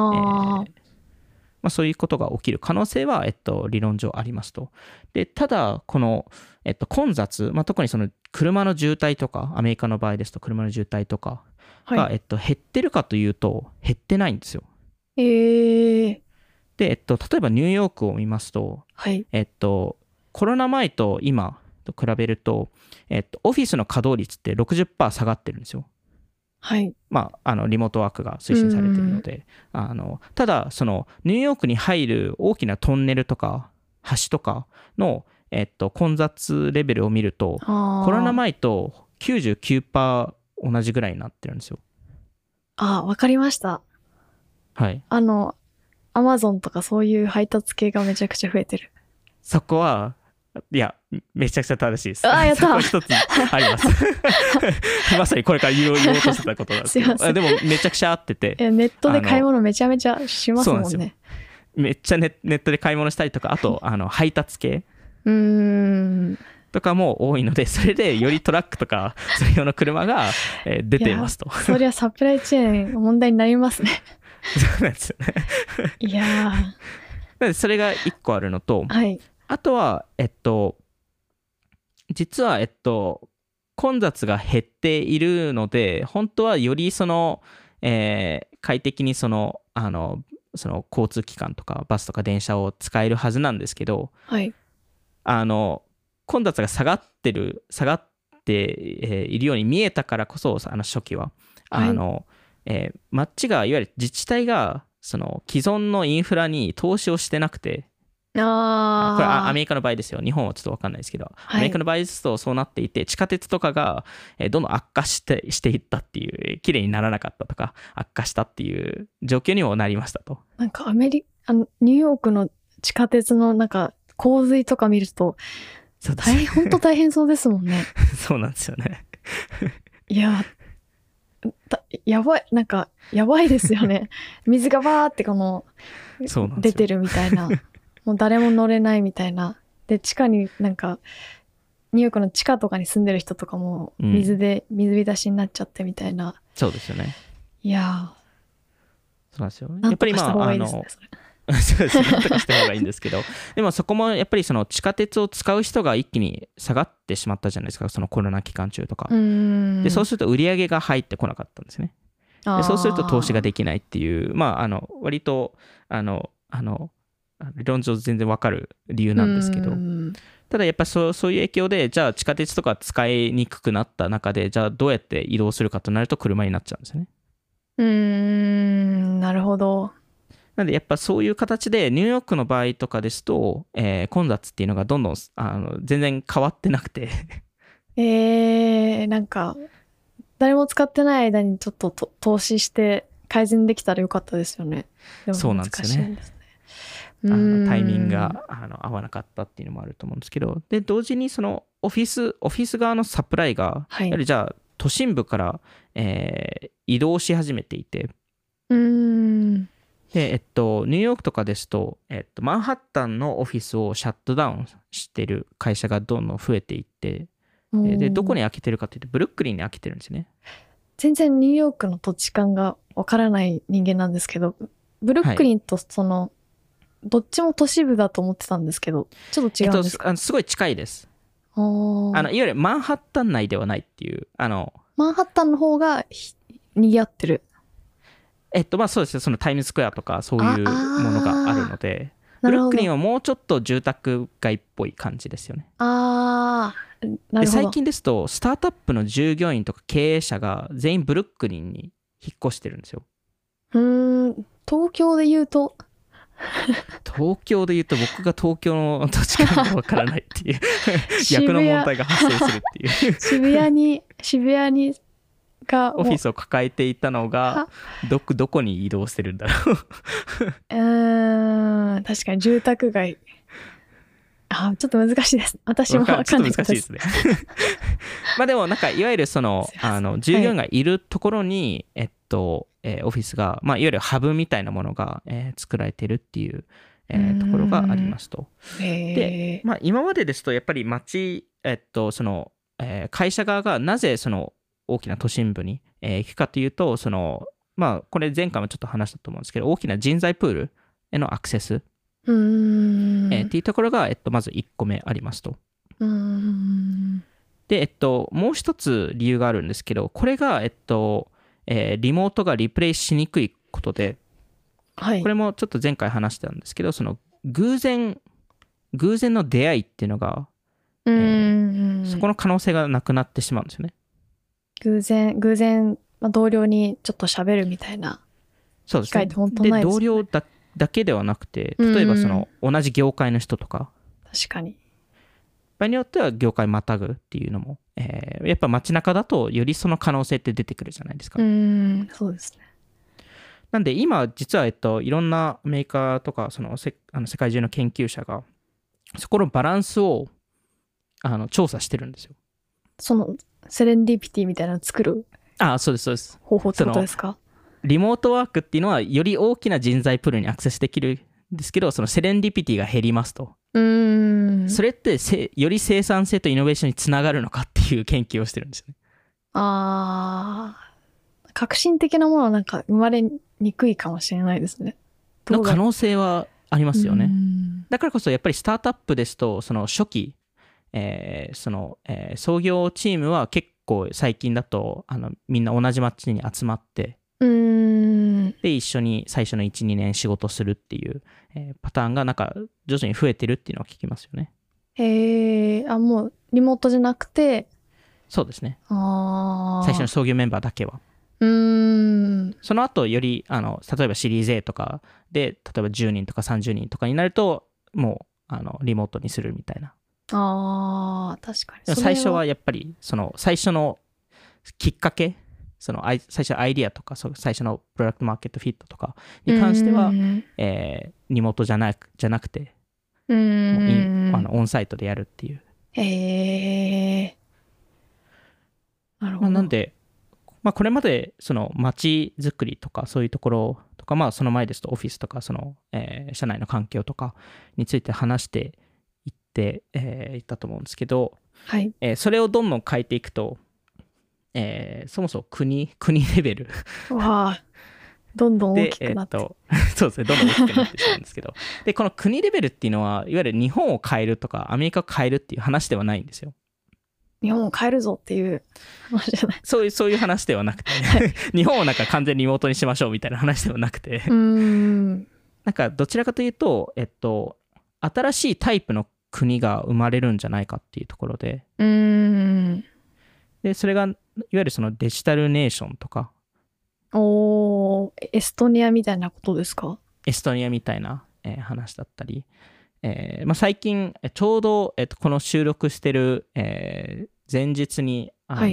S2: そういうことが起きる可能性は、理論上ありますと。でただこの、混雑、特にその車の渋滞とか、アメリカの場合ですと車の渋滞とかが、減ってるかというと減ってないんですよ。で、例えばニューヨークを見ますと、コロナ前と今と比べると、オフィスの稼働率って 60% 下がってるんですよ。リモートワークが推進されているので、ただそのニューヨークに入る大きなトンネルとか橋とかの、混雑レベルを見ると、コロナ前と 99% 同じぐらいになってるんですよ。
S1: わかりました。
S2: はい。
S1: アマゾンとかそういう配達系がめちゃくちゃ増えてる。
S2: そこは、いや、めちゃくちゃ正しいです。
S1: やった。
S2: そこ一つあります。まさにこれから言おうとしてたことなんですけど。でもめちゃくちゃ合ってて。
S1: ネットで買い物めちゃめちゃしますもんね。そうなんですよ。
S2: めっちゃネットで買い物したりとか、あと配達系とかも多いので、それでよりトラックとかそれ用の車が出ていますと。
S1: そりゃサプライチェーン問題になりますね。
S2: そうなんですよね。
S1: いや
S2: ー。それが1個あるのと、あとは実は混雑が減っているので、本当はよりその、快適にその交通機関とかバスとか電車を使えるはずなんですけど、 混雑が下がっているように見えたからこそ、初期は町がいわゆる自治体がその既存のインフラに投資をしてなくて、これアメリカの場合ですよ。日本はちょっと分かんないですけど、アメリカの場合ですとそうなっていて、地下鉄とかがどんどん悪化していったっていう、綺麗にならなかったとか悪化したっていう状況にもなりましたと。
S1: なんかニューヨークの地下鉄のなんか洪水とか見ると本当大変そうですもんね。
S2: そうなんですよね。
S1: いややばい、なんかやばいですよね。水がバーって出てるみたいな。もう誰も乗れないみたいな。で、地下になんか、ニューヨークの地下とかに住んでる人とかも水浸しになっちゃってみたいな。
S2: そうですよね。
S1: いや
S2: そうなんですよ。
S1: やっぱりした方がいいですね、それ。
S2: そうですね。なんとかした方がいいんですけど、でもそこもやっぱりその地下鉄を使う人が一気に下がってしまったじゃないですか、そのコロナ期間中とか。で、そうすると売り上げが入ってこなかったんですね。でそうすると投資ができないっていう、割と理論上全然わかる理由なんですけど、ただやっぱそういう影響で、じゃあ地下鉄とか使いにくくなった中で、じゃあどうやって移動するかとなると車になっちゃうんですよね。
S1: なるほど。
S2: なのでやっぱそういう形でニューヨークの場合とかですと、混雑っていうのがどんどん全然変わってなくて
S1: なんか誰も使ってない間にちょっと投資して改善できたらよかったですよね。でも難しいんですね。
S2: タイミングが合わなかったっていうのもあると思うんですけど、で同時にそのオフィス側のサプライが、やはりじゃあ都心部から、移動し始めていて、でニューヨークとかですと、マンハッタンのオフィスをシャットダウンしてる会社がどんどん増えていって、でどこに開けてるかというとブルックリンに開けてるんですね。
S1: 全然ニューヨークの土地感がわからない人間なんですけど、ブルックリンとどっちも都市部だと思ってたんですけど、ちょっと違うんですか？
S2: すごい近いです。い
S1: わ
S2: ゆるマンハッタン内ではないっていう、マ
S1: ンハッタンの方が賑わってる。
S2: そうですね。そのタイムズスクエアとかそういうものがあるので、ブルックリンはもうちょっと住宅街っぽい感じですよね。
S1: なるほど。
S2: 最近ですとスタートアップの従業員とか経営者が全員ブルックリンに引っ越してるんですよ。
S1: 東京で言うと
S2: 僕が東京の土地感がわからないっていう逆の問題が発生するっていう
S1: 渋谷に
S2: オフィスを抱えていたのがどこに移動してるんだろ
S1: う。確かに住宅街。ちょっと難しいです。私も分かんないです。
S2: ちょっと難しいですね。でもなんかいわゆるその従業員がいるところに、オフィスが、いわゆるハブみたいなものが、作られてるっていう、ところがありますと。で、今までですとやっぱり会社側がなぜその大きな都心部に、行くかというと、これ前回もちょっと話したと思うんですけど、大きな人材プールへのアクセスっていうところが、まず1個目ありますと。で、もう一つ理由があるんですけど、これが、リモートがリプレイしにくいことで、これもちょっと前回話してたんですけど、その偶然の出会いっていうのが、そこの可能性がなくなってしまうんですよね。
S1: 偶然、同僚にちょっと喋るみたいな機会って本当ないですね。
S2: で同僚だけではなくて、例えばその同じ業界の人とか、
S1: 確かに
S2: 場合によっては業界またぐっていうのも、やっぱ街中だとよりその可能性って出てくるじゃないですか。
S1: そうですね。
S2: なんで今実は、いろんなアメリカとか世界中の研究者がそこのバランスを調査してるんですよ。
S1: そのセレンディピティみたいなのを作る
S2: そうです
S1: 方法ってことですか？
S2: リモートワークっていうのはより大きな人材プールにアクセスできるんですけど、そのセレンディピティが減りますと。それってより生産性とイノベーションにつながるのかっていう研究をしてるんですよね。
S1: 革新的なものはなんか生まれにくいかもしれないですね。
S2: の可能性はありますよね。だからこそやっぱりスタートアップですと、その初期、創業チームは結構最近だとみんな同じ町に集まってで一緒に最初の 1,2 年仕事するっていう、パターンがなんか徐々に増えてるっていうのは聞きますよね。
S1: へえ、あ、もうリモートじゃなくて、
S2: そうですね。
S1: ああ、
S2: 最初の創業メンバーだけは。
S1: うーん、
S2: その後より例えばシリーズ A とかで例えば10人とか30人とかになるともうリモートにするみたいな。
S1: ああ、確かに。
S2: でも最初はやっぱりその最初のきっかけ、最初のアイディアとか最初のプロダクトマーケットフィットとかに関しては、リモートじゃなくてもうオンサイトでやるっていう。
S1: へえ、なるほど。
S2: なんで、これまでその街づくりとかそういうところとか、その前ですとオフィスとか社内の環境とかについて話していっていったと思うんですけど、
S1: はい。
S2: それをどんどん変えていくと、そもそも国レベル
S1: わあ、どんどん大きくなって。
S2: そうですね、どんどん大きくなってしまうんですけど、でこの国レベルっていうのはいわゆる日本を変えるとかアメリカを変えるっていう話ではないんですよ。
S1: 日本を変えるぞっていう話じゃない。
S2: そういう話ではなくて、日本をなんか完全にリモートにしましょうみたいな話ではなくて、なんかどちらかというと、新しいタイプの国が生まれるんじゃないかっていうところで、でそれがいわゆるそのデジタルネーションとか、
S1: エストニアみたいなことですか？
S2: エストニアみたいな、話だったり、最近ちょうど、この収録してる、前日にバ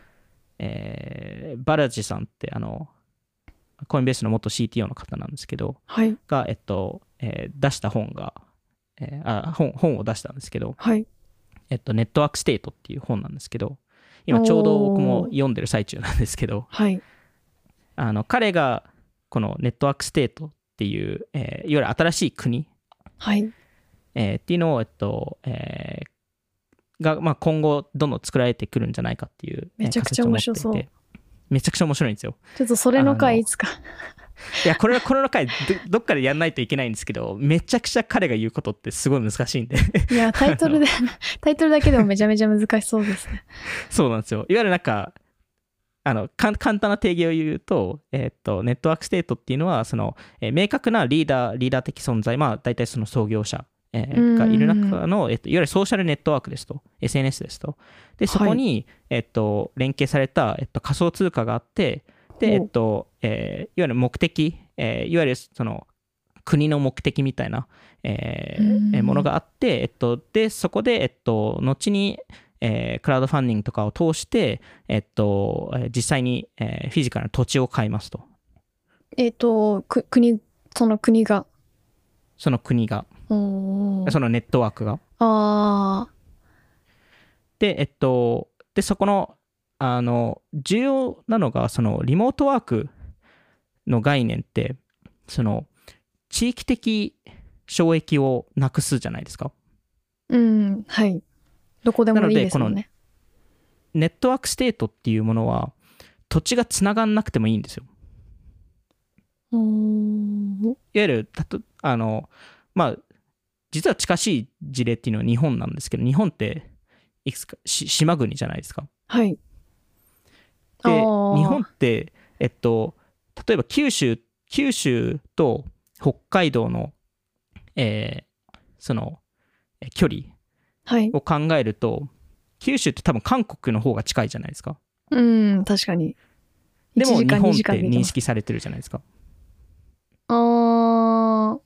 S2: ラジさんってコインベースの元 CTO の方なんですけど、が、出した本が、本を出したんですけど、ネットワークステートっていう本なんですけど、今ちょうど僕も読んでる最中なんですけど、彼がこのネットワークステートっていう、いわゆる新しい国、っていうのを、が今後どんどん作られてくるんじゃないかっていう、
S1: めちゃくちゃ面白そう。
S2: めちゃくちゃ面白いんですよ。
S1: ちょっとそれの回いつか。
S2: いや、これの回どっかでやんないといけないんですけど、めちゃくちゃ彼が言うことってすごい難しいんで。
S1: いや、タイトルだけでもめちゃめちゃ難しそうですね。
S2: そうなんですよ。いわゆるなんか、簡単な定義を言うと、ネットワークステートっていうのは、明確なリーダー的存在、大体その創業者、がいる中の、いわゆるソーシャルネットワークですと、SNS ですと。で、そこに、連携された、仮想通貨があって、で、いわゆる目的、いわゆるその国の目的みたいな、ものがあって、で、そこで、後に、クラウドファンディングとかを通して、実際に、フィジカルな土地を買いますと。
S1: その国が。
S2: その国が。そのネットワークが。で、で、そこの、重要なのが、そのリモートワークの概念って、その地域的障壁をなくすじゃないですか。
S1: はい。どこでもいいですよね。なので、こ
S2: のネットワークステートっていうものは、土地がつながんなくてもいいんですよ。いわゆる、実は近しい事例っていうのは日本なんですけど、日本っていくつか島国じゃないですか。
S1: はい。
S2: で、日本って、例えば九州と北海道の、その距離を考えると、九州って多分韓国の方が近いじゃないですか。
S1: 確かに。
S2: でも日本って認識されてるじゃないですか。
S1: はい。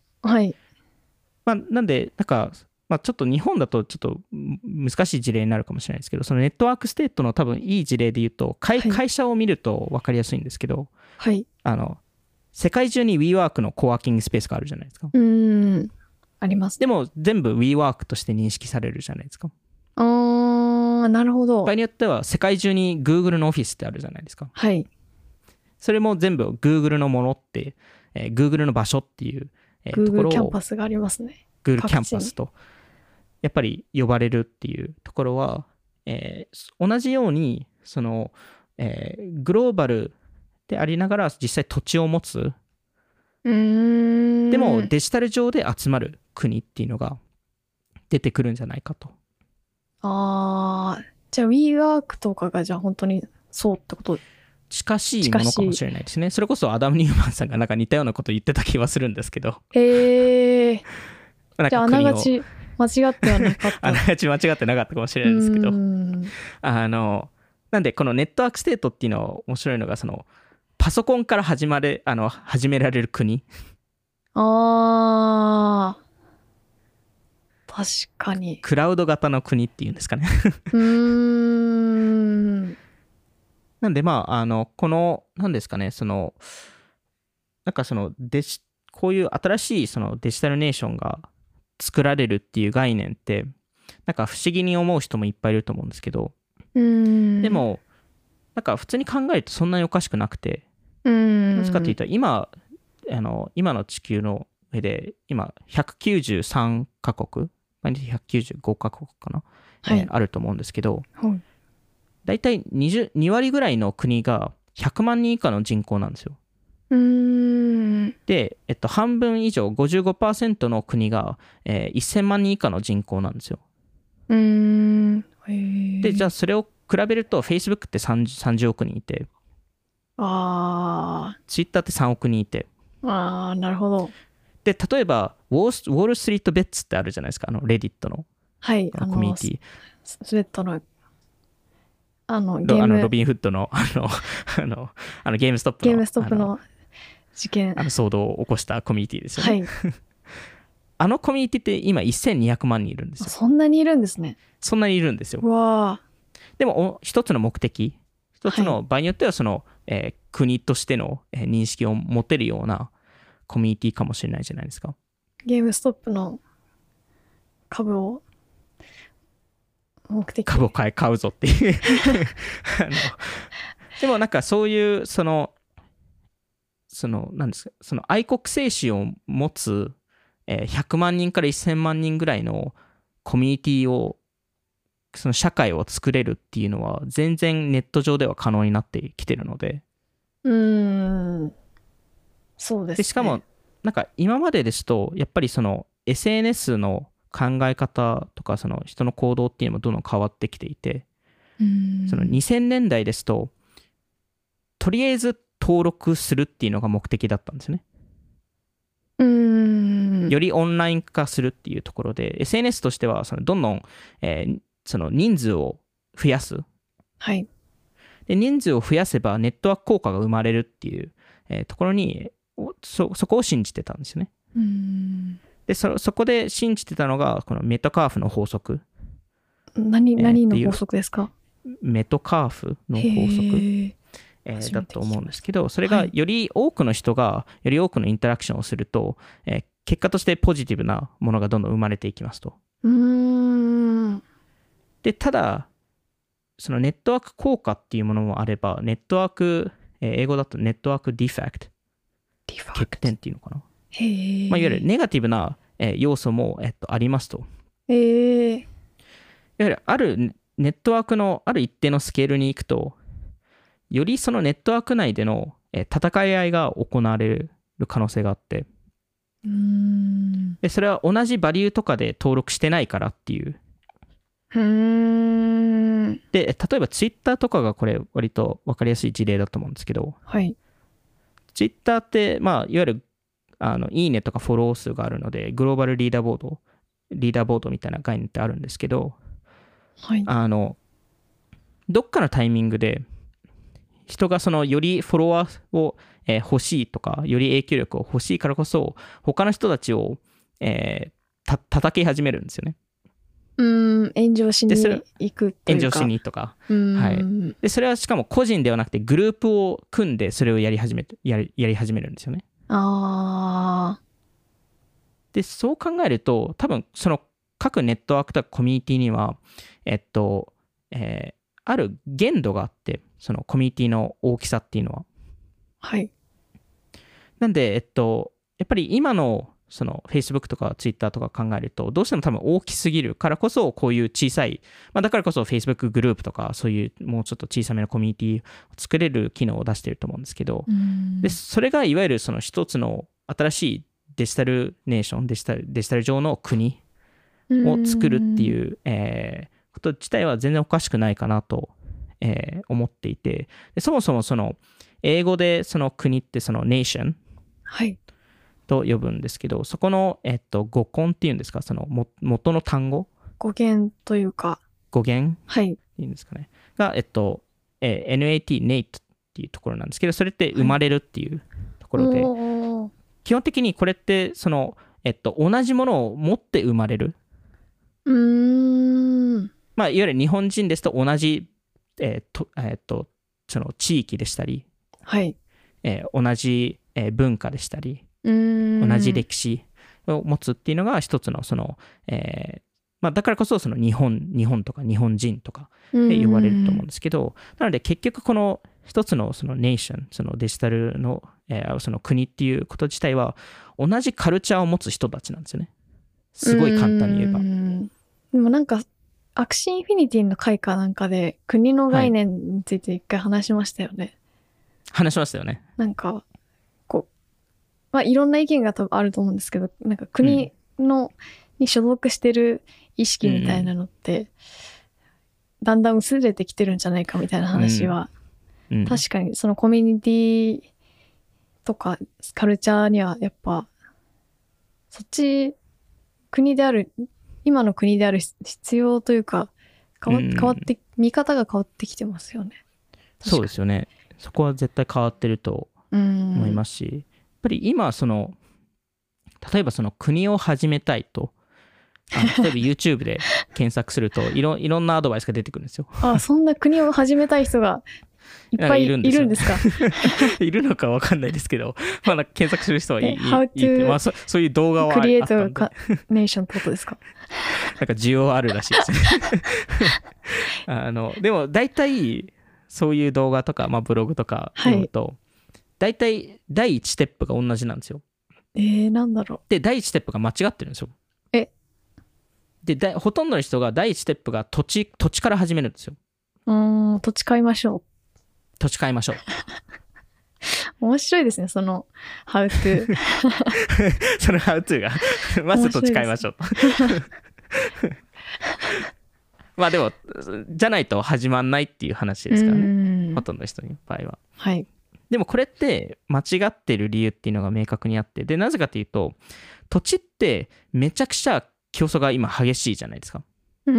S2: なんで、なんか、ちょっと日本だとちょっと難しい事例になるかもしれないですけど、そのネットワークステートの多分いい事例で言うと、会社を見ると分かりやすいんですけど、世界中に WeWork のコワーキングスペースがあるじゃないですか。
S1: あります。
S2: でも全部 WeWork として認識されるじゃないですか。
S1: なるほど。
S2: 場合によっては世界中に Google のオフィスってあるじゃないですか。
S1: はい。
S2: それも全部 Google のものって、Google の場所っていう、ところを
S1: Google キャンパスがありますね。
S2: Google キャンパスとやっぱり呼ばれるっていうところは、同じようにその、グローバルでありながら実際土地を持つ、でもデジタル上で集まる国っていうのが出てくるんじゃないかと。
S1: じゃあ WeWork とかがじゃあ本当にそうってこと？
S2: 近しいものかもしれないですね。それこそアダム・ニューマンさんがなんか似たようなこと言ってた気はするんですけど。
S1: じゃああながち間違ってはなかった。
S2: あながち間違ってなかったかもしれないですけど、なんでこのネットワークステートっていうのは面白いのが、そのパソコンから始められる国。
S1: あー、確かに。
S2: クラウド型の国っていうんですかね。なんでまあ、この、なんですかね、なんかこういう新しいそのデジタルネーションが作られるっていう概念って、なんか不思議に思う人もいっぱいいると思うんですけど、でも、なんか普通に考えるとそんなにおかしくなくて、なぜかというと、今の地球の上で、今、193カ国、195カ国かな、あると思うんですけど、だいたい2割ぐらいの国が100万人以下の人口なんですよ。で、半分以上、55% の国が、1000万人以下の人口なんですよ。で、じゃあそれを比べると、Facebook って30億人いて、Twitter って3億人いて。
S1: なるほど。
S2: で、例えば、ウォールストリートベッツってあるじゃないですか、レディットの。
S1: はい、
S2: コミュニティ。
S1: スウェットの、
S2: ロビンフッドの、ゲームストップの
S1: 事件。
S2: 騒動を起こしたコミュニティですよね。
S1: はい。
S2: あのコミュニティって今1200万人いるんですよ。
S1: そんなにいるんですね。
S2: そんなにいるんですよ。でも、一つの目的、一つの場合によっては国としての認識を持てるようなコミュニティかもしれないじゃないですか。
S1: ゲームストップの株を目的。
S2: 株を買うぞっていうでもなんかそういうなんですか、愛国精神を持つ100万人から1000万人ぐらいのコミュニティを、その社会を作れるっていうのは全然ネット上では可能になってきてるので。
S1: そうですね。
S2: でしかもなんか今までですとやっぱりSNS の考え方とか人の行動っていうのもどんどん変わってきていて、2000年代ですととりあえず登録するっていうのが目的だったんですね。よりオンライン化するっていうところで SNS としてはどんどん、人数を増やす、で人数を増やせばネットワーク効果が生まれるっていう、ところにそこを信じてたんですよね。でそこで信じてたのがこのメトカーフの法則。
S1: 何の法則ですか？
S2: メトカーフの法則だと思うんですけど、それがより多くの人がより多くのインタラクションをすると、結果としてポジティブなものがどんどん生まれていきますと。でただそのネットワーク効果っていうものもあれば、ネットワーク、英語だとネットワークディフェクト、欠点っていうのかな、いわゆるネガティブな、要素も、ありますと。いわゆるあるネットワークのある一定のスケールに行くと、よりそのネットワーク内での戦い合いが行われる可能性があって、でそれは同じバリューとかで登録してないからっていう。で例えばツイッターとかがこれ割と分かりやすい事例だと思うんですけど、ツイッターって、いわゆるいいねとかフォロー数があるのでグローバルリーダーボードみたいな概念ってあるんですけど、どっかのタイミングで人がよりフォロワーを欲しいとか、より影響力を欲しいからこそ他の人たちを叩き始めるんですよね。
S1: 炎上しに行くというか。
S2: 炎上しにとか。でそれはしかも個人ではなくてグループを組んでそれをやり始めるんですよね。でそう考えると多分各ネットワークとかコミュニティにはある限度があって、そのコミュニティの大きさっていうのは。なんでやっぱり今のFacebook とか Twitter とか考えるとどうしても多分大きすぎるからこそこういう小さい、だからこそ Facebook グループとかそういうもうちょっと小さめのコミュニティを作れる機能を出していると思うんですけど、でそれがいわゆる一つの新しいデジタルネーション、デジタル上の国を作るっていう、こと自体は全然おかしくないかなと、思っていて、でそもそも英語で国ってネーションと呼ぶんですけど、そこの、語根っていうんですか、その元の単語、
S1: 語源というか、
S2: 語源
S1: はい。
S2: っていうんですかね、が、NAT、NATE っていうところなんですけど、それって生まれるっていうところで、
S1: おー
S2: 基本的にこれってその、同じものを持って生まれる、
S1: うーん。
S2: まあ、いわゆる日本人ですと同じ、その地域でしたり、
S1: はい。
S2: 同じ、文化でしたり、
S1: うーん。
S2: 同じ歴史を持つっていうのが一つのその、まあ、だからこそその日本とか日本人とかで呼ばれると思うんですけど、なので結局この一つのそのネーション、そのデジタルの、その国っていうこと自体は同じカルチャーを持つ人たちなんですよね。すごい簡単に言えば。
S1: でもなんか、アクシーインフィニティの回かなんかで国の概念について一回話しましたよね。
S2: 話しましたよね。
S1: なんか、こう、まあいろんな意見が多分あると思うんですけど、なんか国の、に所属してる意識みたいなのって、だんだん薄れてきてるんじゃないかみたいな話は、確かにそのコミュニティとかカルチャーにはやっぱ、そっち、国である、今の国である必要というか、変わって、見方が変わってきてますよね。
S2: そうですよね。そこは絶対変わってると思いますし、やっぱり今その例えばその国を始めたいと、例えば YouTube で検索するといろんなアドバイスが出てくるんですよ。
S1: あ、そんな国を始めたい人がいっぱいいるんですか？
S2: いるのか分かんないですけど、まあ、なんか検索する人はい
S1: て、
S2: まあ、そういう動画はあったんで。
S1: クリエイトネーションってことですか？
S2: なんか需要あるらしいですね。でも大体そういう動画とか、まあ、ブログとか読むと、大体第1ステップが同じなんですよ。
S1: なんだろう。
S2: で、第1ステップが間違ってるんですよ。で、ほとんどの人が第1ステップが土地から始めるんですよ。
S1: 土地買いましょう。
S2: 土地買いましょう。
S1: 面白いですね、その How to
S2: その How to がまず土地買いましょうとまあでもじゃないと始まんないっていう話ですからね、ほとんどの人の場合は。
S1: はい。
S2: でもこれって間違ってる理由っていうのが明確にあって、でなぜかというと、土地ってめちゃくちゃ競争が今激しいじゃないですか。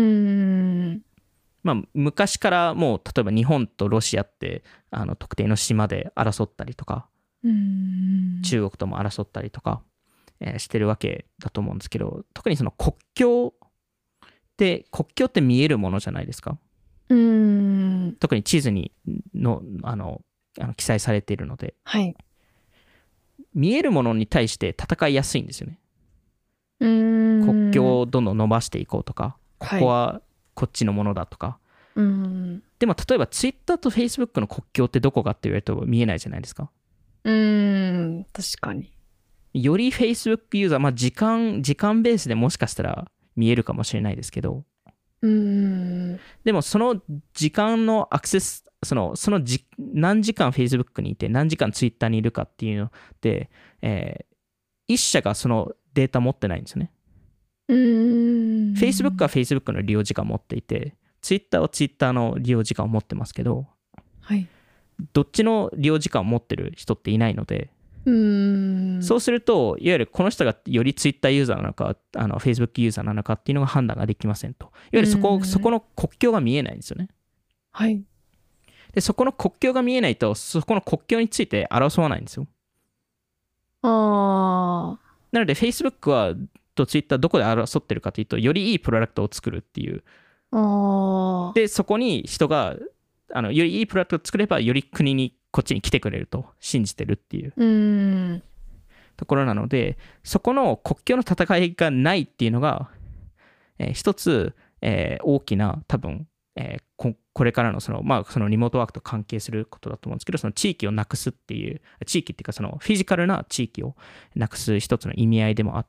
S2: まあ、昔からもう例えば日本とロシアって特定の島で争ったりとか、中国とも争ったりとか、してるわけだと思うんですけど、特にその国境って見えるものじゃないですか。特に地図に記載されているので、
S1: はい、
S2: 見えるものに対して戦いやすいんですよね。国境をどんどん伸ばしていこうとか、ここはこっちのものだとか、でも例えば Twitter と Facebook の国境ってどこかって言われると見えないじゃないですか。
S1: 確かに。
S2: より Facebook ユーザー、まあ時間ベースでもしかしたら見えるかもしれないですけど、でもその時間のアクセス、何時間 Facebook にいて何時間 Twitter にいるかっていうので、一社がそのデータ持ってないんですよね。Facebook は Facebook の利用時間を持っていて、Twitter は Twitter の利用時間を持ってますけど、
S1: はい、
S2: どっちの利用時間を持ってる人っていないので、そうすると、いわゆるこの人がより Twitter ユーザーなのか、Facebook ユーザーなのかっていうのが判断ができませんと。いわゆるそこの国境が見えないんですよね。
S1: はい。
S2: で、そこの国境が見えないと、そこの国境について争わないんですよ。なので、Facebook はと Twitter どこで争ってるかというと、よりいいプロダクトを作るっていう。で、そこに人が、よりいいプロダクトを作れば、より国にこっちに来てくれると信じてるっていうところなので、そこの国境の戦いがないっていうのが、一つ、大きな多分、これからのそのリモートワークと関係することだと思うんですけど、その地域をなくすっていう、地域っていうかそのフィジカルな地域をなくす一つの意味合いでもあって、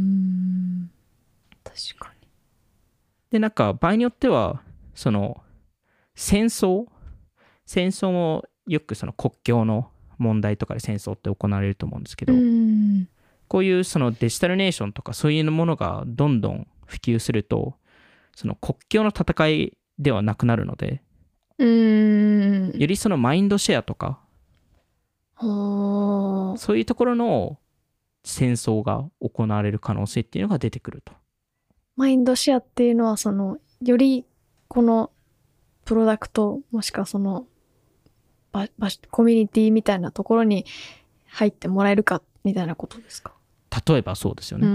S1: 確かに。
S2: で、なんか場合によっては、その戦争もよくその国境の問題とかで戦争って行われると思うんですけど、こういうそのデジタルネーションとかそういうものがどんどん普及すると、その国境の戦いではなくなるので、よりそのマインドシェアとか、そういうところの戦争が行われる可能性っていうのが出てくると。
S1: マインドシェアっていうのはよりこのプロダクトもしくはコミュニティみたいなところに入ってもらえるかみたいなことですか？
S2: 例えばそうですよね。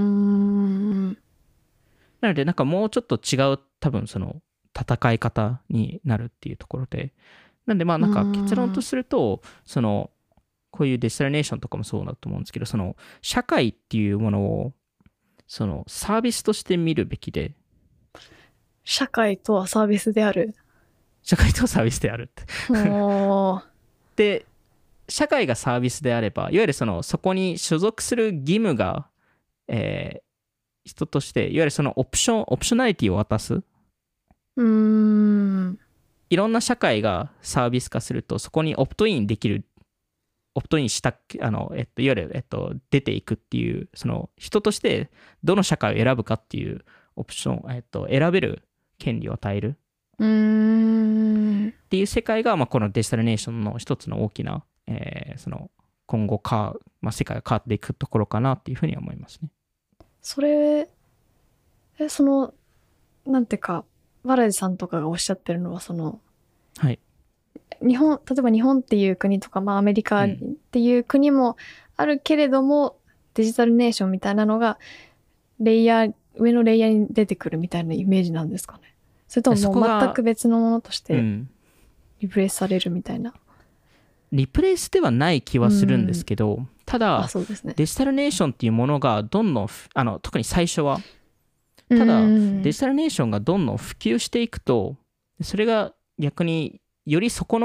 S2: なのでなんかもうちょっと違う多分戦い方になるっていうところで、なんでまあなんか結論とするとこういうデジタルネーションとかもそうだと思うんですけど、社会っていうものをサービスとして見るべきで。
S1: 社会とはサービスである。
S2: 社会とはサービスであるってで、社会がサービスであれば、いわゆるそこに所属する義務が、人として、いわゆるオプショナリティを渡す。いろんな社会がサービス化すると、そこにオプトインできる、オプトインした、いわゆる、出ていくっていう、人としてどの社会を選ぶかっていうオプション、選べる権利を与える。っていう世界が、このデジタルネーションの一つの大きな、今後世界が変わっていくところかなっていうふうに思いますね。
S1: それなんていうかバラジさんとかがおっしゃってるのは
S2: はい、
S1: 例えば日本っていう国とか、アメリカっていう国もあるけれども、デジタルネーションみたいなのが上のレイヤーに出てくるみたいなイメージなんですかね。それとももう全く別のものとしてリプレイスされるみたいな。
S2: リプレイスではない気はするんですけど、ただ、
S1: ね、
S2: デジタルネーションっていうものがどんどん特に最初はただデジタルネーションがどんどん普及していくと、それが逆によりそこ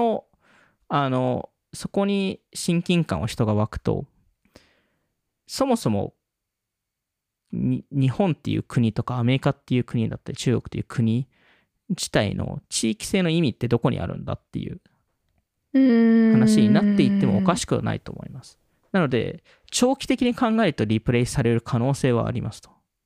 S2: に親近感を人が湧くと、そもそも日本っていう国とかアメリカっていう国だったり中国っていう国自体の地域性の意味ってどこにあるんだっていう話になっていってもおかしくはないと思います。なので長期的に考えるとリプレイされる可能性はありますと。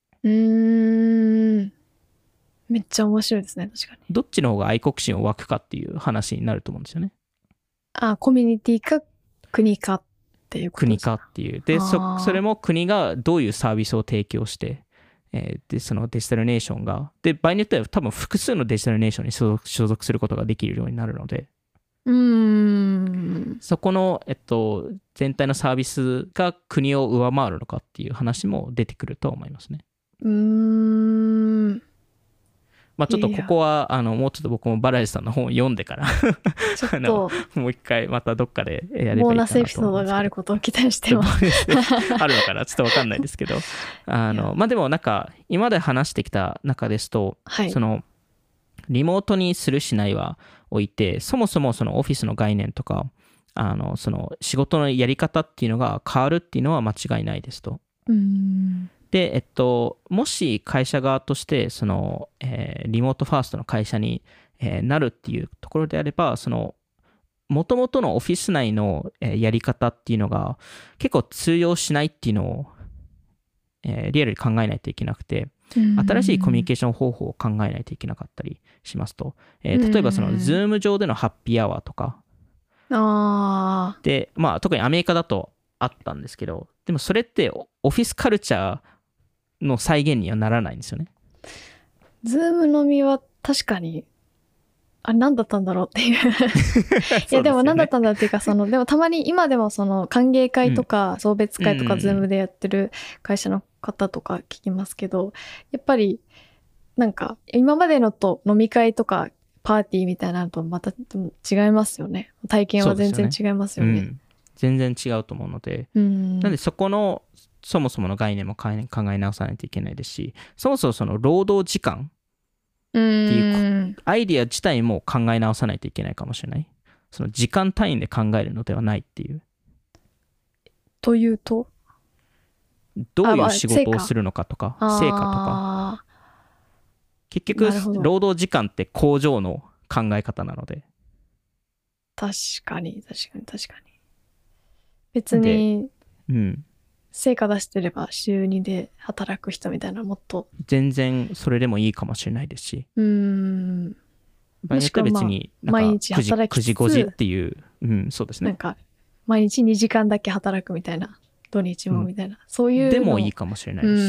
S1: めっちゃ面白いですね。確かに
S2: どっちの方が愛国心を湧くかっていう話になると思うんですよね。
S1: コミュニティか国かっていうことですか。
S2: 国かっていう。で、それも国がどういうサービスを提供して、で、そのデジタルネーションが、で、場合によっては多分複数のデジタルネーションに所属することができるようになるので、そこの、全体のサービスが国を上回るのかっていう話も出てくると思いますね。ちょっとここはもうちょっと僕もバラエさんの本を読んでから
S1: ちょっと
S2: もう一回またどっかでやればいいかなと思うんですけど。
S1: ボーナスエピソードがあることを期待してます。
S2: あるのかなちょっと分かんないですけどでもなんか今まで話してきた中ですと、リモートにするしないは置いて、そもそもそのオフィスの概念とかその仕事のやり方っていうのが変わるっていうのは間違いないですと。で、もし会社側としてリモートファーストの会社に、なるっていうところであれば、元々のオフィス内の、やり方っていうのが結構通用しないっていうのを、リアルに考えないといけなくて、新しいコミュニケーション方法を考えないといけなかったりしますと、例えばZoom 上でのハッピーアワーとかで、特にアメリカだとあったんですけど、でもそれってオフィスカルチャーの再現にはならないんですよね。
S1: ズーム飲みは確かに何だったんだろうっていういやでも何だったんだろうっていうかでもたまに今でも歓迎会とか送別会とかズームでやってる会社の方とか聞きますけど、やっぱりなんか今までのと飲み会とかパーティーみたいなのとまた違いますよね。体験は全然違いますよね。
S2: 全然違うと思うので、なんでそこのそもそもの概念も考え直さないといけないですし、そもそも労働時間っていうアイディア自体も考え直さないといけないかもしれない。時間単位で考えるのではないっていう。
S1: というと、
S2: どういう仕事をするのかとか、成果とか。結局労働時間って工場の考え方なので。
S1: 確かに別に成果出してれば週2で働く人みたいな、もっと
S2: 全然それでもいいかもしれないですし、場合によっては別に
S1: 毎日働きつつ
S2: 9時5時っていう、そうですね。
S1: なんか毎日2時間だけ働くみたいな土日もみたいな、そういうの
S2: でもいいかもしれないですし、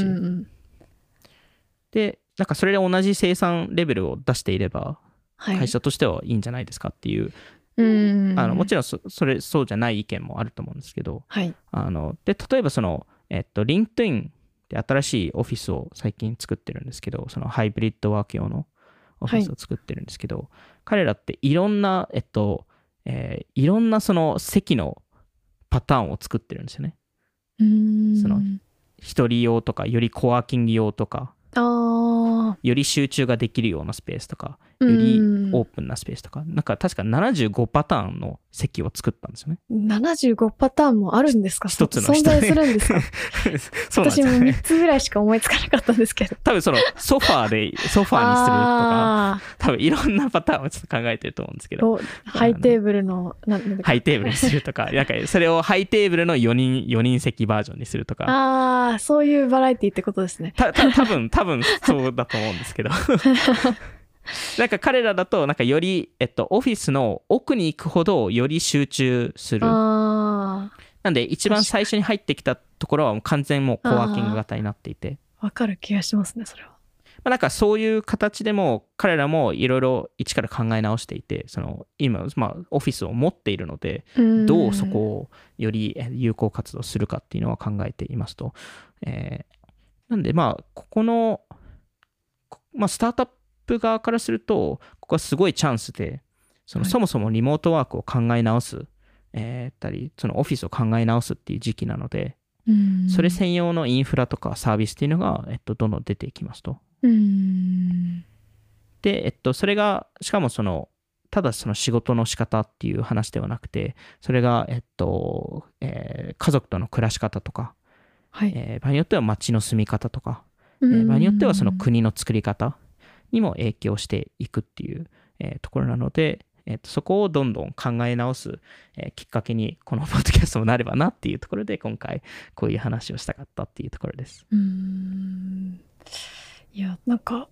S2: でなんかそれで同じ生産レベルを出していれば、会社としてはいいんじゃないですかっていう、もちろんそうじゃない意見もあると思うんですけど、で例えばそのリンクトインで新しいオフィスを最近作ってるんですけど、そのハイブリッドワーク用のオフィスを作ってるんですけど、彼らっていろんな、いろんなその席のパターンを作ってるんですよね。その一人用とか、よりコワーキング用とか、より集中ができるようなスペースとか、よりオープンなスペースとか、なんか確か75パターンの席を作ったんですよね。
S1: 75パターンもあるんですか？
S2: 一つの
S1: 存在するんですか？
S2: そうなんですよね。
S1: 私も3つぐらいしか思いつかなかったんですけど。
S2: 多分そのソファーにするとか、多分いろんなパターンをちょっと考えてると思うんですけど。
S1: ハイテーブルの、
S2: ハイテーブルにするとか、なんかそれをハイテーブルの4人席バージョンにするとか。
S1: そういうバラエティってことですね。
S2: 多分そうだと思うんですけど。なんか彼らだとなんかより、オフィスの奥に行くほどより集中する。なんで一番最初に入ってきたところはもう完全もうコワーキング型になっていて。
S1: わかる気がしますね、それは。
S2: なんかそういう形でも彼らもいろいろ一から考え直していて、その今、オフィスを持っているので、どうそこをより有効活動するかっていうのは考えていますと。なんでここの、スタートアップ側からすると、ここはすごいチャンスで、そもそもリモートワークを考え直す、そのオフィスを考え直すっていう時期なので、それ専用のインフラとかサービスっていうのが、どんどん出ていきますと。で、それが、しかもただその仕事の仕方っていう話ではなくて、それが、家族との暮らし方とか、場合によっては街の住み方とか、場合によってはその国の作り方にも影響していくっていう、ところなので、そこをどんどん考え直す、きっかけにこのポッドキャストもなればなっていうところで、今回こういう話をしたかったっていうところです。
S1: いや、なんか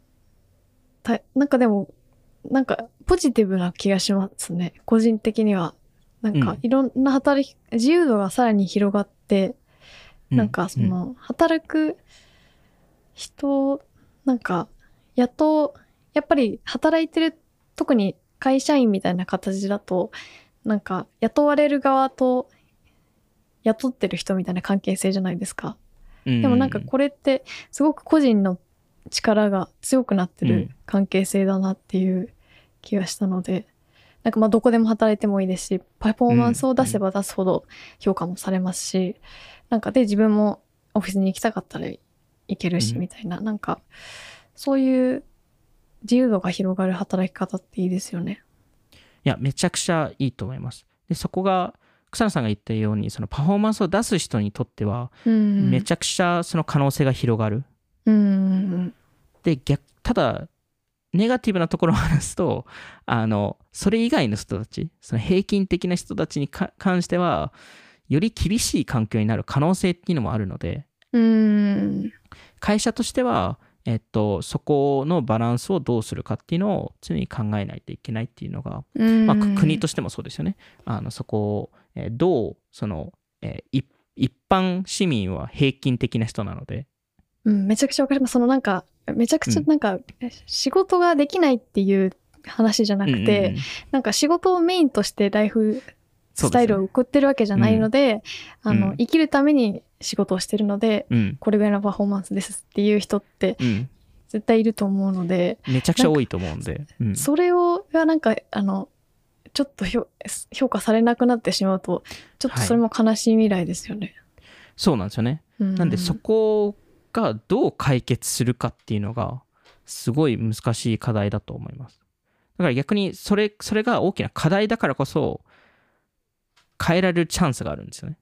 S1: でもポジティブな気がしますね、個人的には。なんかいろんな自由度がさらに広がって、なんかその働く人、なんかやっぱり働いてる、特に会社員みたいな形だと、なんか雇われる側と雇ってる人みたいな関係性じゃないですか。でもなんかこれってすごく個人の力が強くなってる関係性だなっていう気がしたので、なんかどこでも働いてもいいですし、パフォーマンスを出せば出すほど評価もされますし、なんかで自分もオフィスに行きたかったら行けるしみたいな、なんかそういう自由度が広がる働き方っていいですよね。
S2: いや、めちゃくちゃいいと思います。で、そこが草野さんが言ったように、そのパフォーマンスを出す人にとっては、めちゃくちゃその可能性が広がる。で、ただ、ネガティブなところを話すと、それ以外の人たち、その平均的な人たちに関しては、より厳しい環境になる可能性っていうのもあるので、会社としては、そこのバランスをどうするかっていうのを常に考えないといけないっていうのが、国としてもそうですよね。そこを、どう一般市民は平均的な人なので、
S1: めちゃくちゃわかります。めちゃくちゃ仕事ができないっていう話じゃなくて、なんか仕事をメインとしてライフスタイルを送ってるわけじゃないので、生きるために仕事をしてるので、これぐらいのパフォーマンスですっていう人って絶対いると思うので、
S2: めちゃくちゃ多いと思うんで、
S1: それがなんかちょっと評価されなくなってしまうと、ちょっとそれも悲しい未来ですよね。
S2: そうなんですよね。なんでそこがどう解決するかっていうのがすごい難しい課題だと思います。だから逆にそれが大きな課題だからこそ変えられるチャンスがあるんですよね。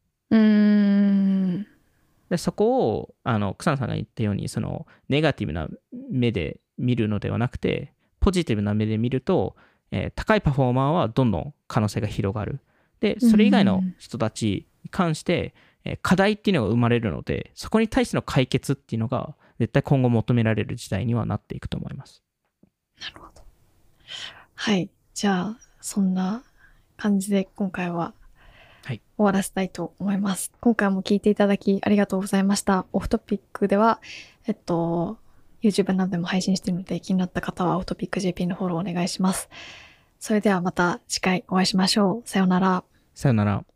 S2: でそこを草野さんが言ったように、そのネガティブな目で見るのではなくて、ポジティブな目で見ると、高いパフォーマーはどんどん可能性が広がる。でそれ以外の人たちに関して課題っていうのが生まれるので、そこに対しての解決っていうのが絶対今後求められる時代にはなっていくと思います。
S1: なるほど。はい。じゃあそんな感じで今回は
S2: はい。
S1: 終わらせたいと思います。今回も聞いていただきありがとうございました。オフトピックでは、YouTube などでも配信しているので、気になった方はオフトピック JP のフォローお願いします。それではまた次回お会いしましょう。さようなら。
S2: さよなら。